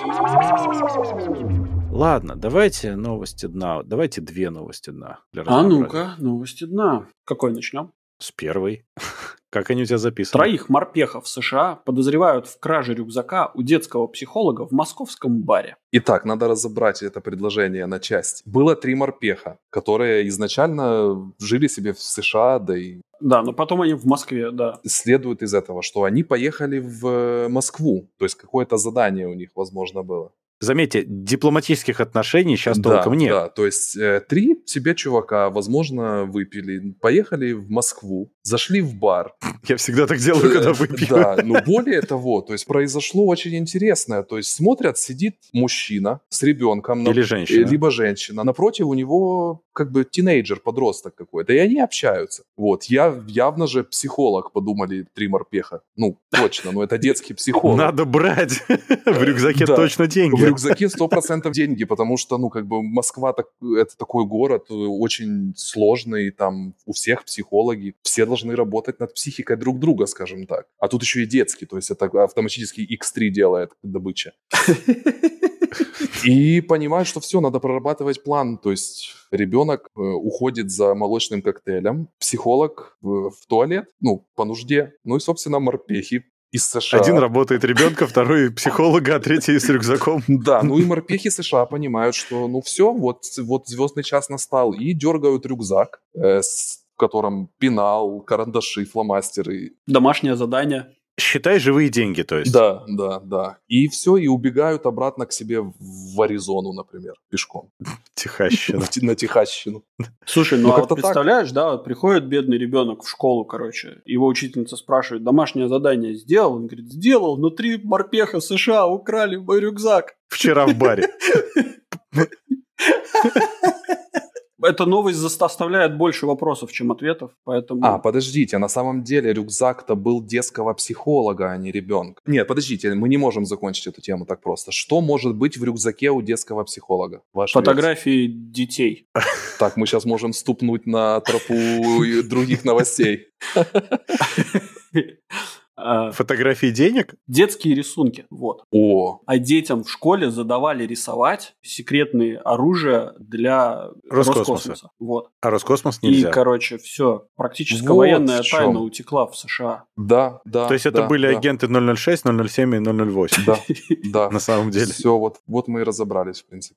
Ладно, давайте новости дна. Давайте две новости дна. Для А ну-ка, новости дна. Какой начнем? С первой. Как они у тебя записаны? Троих морпехов в США подозревают в краже рюкзака у детского психолога в московском баре. Итак, надо разобрать это предложение на части. Было три морпеха, которые изначально жили себе в США, да и... Да, но потом они в Москве, да. Следует из этого, что они поехали в Москву. То есть какое-то задание у них, возможно, было. Заметьте, дипломатических отношений сейчас да, толком нет. Да, то есть э, три себе чувака, возможно, выпили, поехали в Москву, зашли в бар. Я всегда так делаю, когда выпью. Да, но более того, то есть произошло очень интересное. То есть смотрят, сидит мужчина с ребенком. Или женщина. Либо женщина. Напротив у него как бы тинейджер, подросток какой-то. И они общаются. Вот, я явно же психолог, подумали три морпеха. Ну, точно, но это детский психолог. Надо брать. В рюкзаке точно деньги. В рюкзаке сто процентов деньги, потому что, ну, как бы Москва так, это такой город очень сложный, там у всех психологи, все должны работать над психикой друг друга, скажем так. А тут еще и детский, то есть это автоматически икс три делает добыча. И понимают, что все, надо прорабатывать план, то есть ребенок э, уходит за молочным коктейлем, психолог в, в туалет, ну, по нужде, ну и, собственно, морпехи из США. Один работает ребенка, второй психолога, а третий с рюкзаком. Да, ну и морпехи США понимают, что ну все, вот, вот звездный час настал, и дергают рюкзак, э, с, в котором пенал, карандаши, фломастеры. Домашнее задание. Считай живые деньги, то есть. Да, да, да. И все, и убегают обратно к себе в Аризону, например, пешком. Техасщина. На Техасщину. Слушай, ну, ну а вот представляешь, так. да, вот приходит бедный ребенок в школу, короче, его учительница спрашивает, домашнее задание сделал? Он говорит, сделал, но три морпеха США украли мой рюкзак. Вчера в баре. Эта новость заставляет больше вопросов, чем ответов, поэтому... А, подождите, на самом деле рюкзак-то был детского психолога, а не ребенка. Нет, подождите, мы не можем закончить эту тему так просто. Что может быть в рюкзаке у детского психолога? Ваша Фотографии версия? Детей. Так, мы сейчас можем ступнуть на тропу других новостей. Фотографии денег? Детские рисунки, вот. О. А детям в школе задавали рисовать секретные оружия для Роскосмоса. Роскосмоса. Вот. А Роскосмос нельзя. И, короче, все. Практически вот военная тайна утекла в США. Да, да. То есть это да, были да. агенты ноль ноль шесть, ноль ноль семь и ноль ноль восемь. Да, да. На самом деле. Все, вот, вот мы и разобрались, в принципе.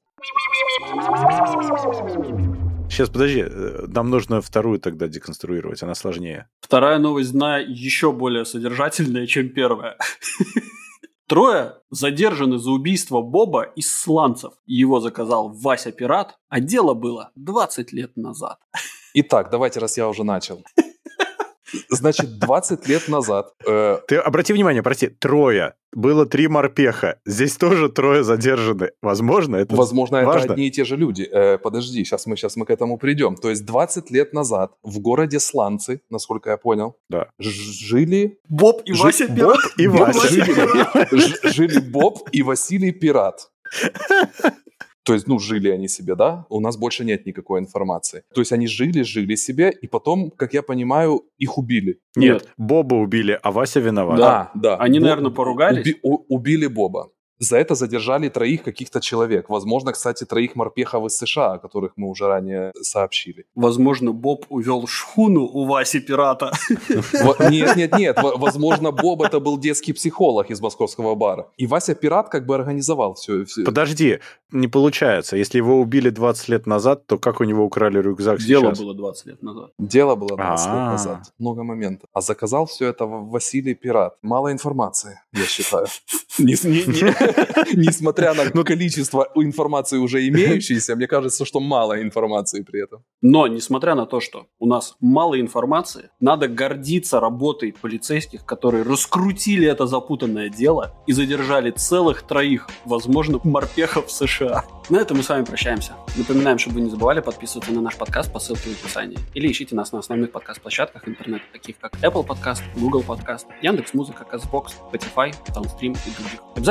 Сейчас, подожди, нам нужно вторую тогда деконструировать, она сложнее. Вторая новость дна еще более содержательная, чем первая. Трое задержаны за убийство Боба из Сланцев. Его заказал Вася Пират, а дело было двадцать лет назад. Итак, давайте, раз я уже начал. Значит, двадцать лет назад... Э... Ты обрати внимание, прости, трое. Было три морпеха. Здесь тоже трое задержаны. Возможно, это Возможно, важно. Это одни и те же люди. Э, подожди, сейчас мы, сейчас мы к этому придем. То есть двадцать лет назад в городе Сланцы, насколько я понял, да. жили... Боб и Жи... Вася Пират. Боб и Вася. Жили, жили Боб и Василий Пират. То есть, ну, жили они себе, да? У нас больше нет никакой информации. То есть, они жили, жили себе, и потом, как я понимаю, их убили. Нет, нет. Боба убили, а Вася виноват. Да, да. Они, Боб... наверное, поругались. Уби- у- убили Боба. За это задержали троих каких-то человек. Возможно, кстати, троих морпехов из США, о которых мы уже ранее сообщили. Возможно, Боб увел шхуну у Васи Пирата. Нет, нет, нет. Возможно, Боб это был детский психолог из московского бара. И Вася Пират как бы организовал все. Подожди, не получается. Если его убили двадцать лет назад, то как у него украли рюкзак сейчас? Дело было двадцать лет назад. Дело было двадцать А-а-а. лет назад. Много моментов. А заказал все это Василий Пират. Мало информации, я считаю. Несмотря на количество информации уже имеющейся, мне кажется, что мало информации при этом. Но, несмотря на то, что у нас мало информации, надо гордиться работой полицейских, которые раскрутили это запутанное дело и задержали целых троих, возможно, морпехов США. На этом мы с вами прощаемся. Напоминаем, чтобы вы не забывали подписываться на наш подкаст по ссылке в описании. Или ищите нас на основных подкаст-площадках интернета, таких как Apple Podcast, Google Podcast, Яндекс.Музыка, Castbox, Spotify, Downstream и других. Обязательно рассказывайте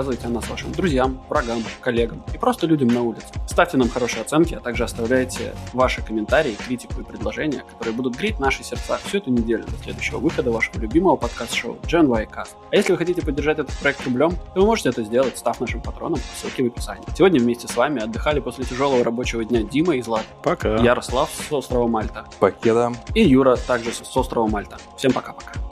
рассказывайте о нас вашим друзьям, врагам, коллегам и просто людям на улице. Ставьте нам хорошие оценки, а также оставляйте ваши комментарии, критику и предложения, которые будут греть наши сердца всю эту неделю до следующего выхода вашего любимого подкаст-шоу джи эн вай Cast. А если вы хотите поддержать этот проект рублем, то вы можете это сделать, став нашим патроном, ссылки в описании. Сегодня вместе с вами отдыхали после тяжелого рабочего дня Дима из Лад. Пока. Ярослав с острова Мальта. Покеда. И Юра также с острова Мальта. Всем пока-пока.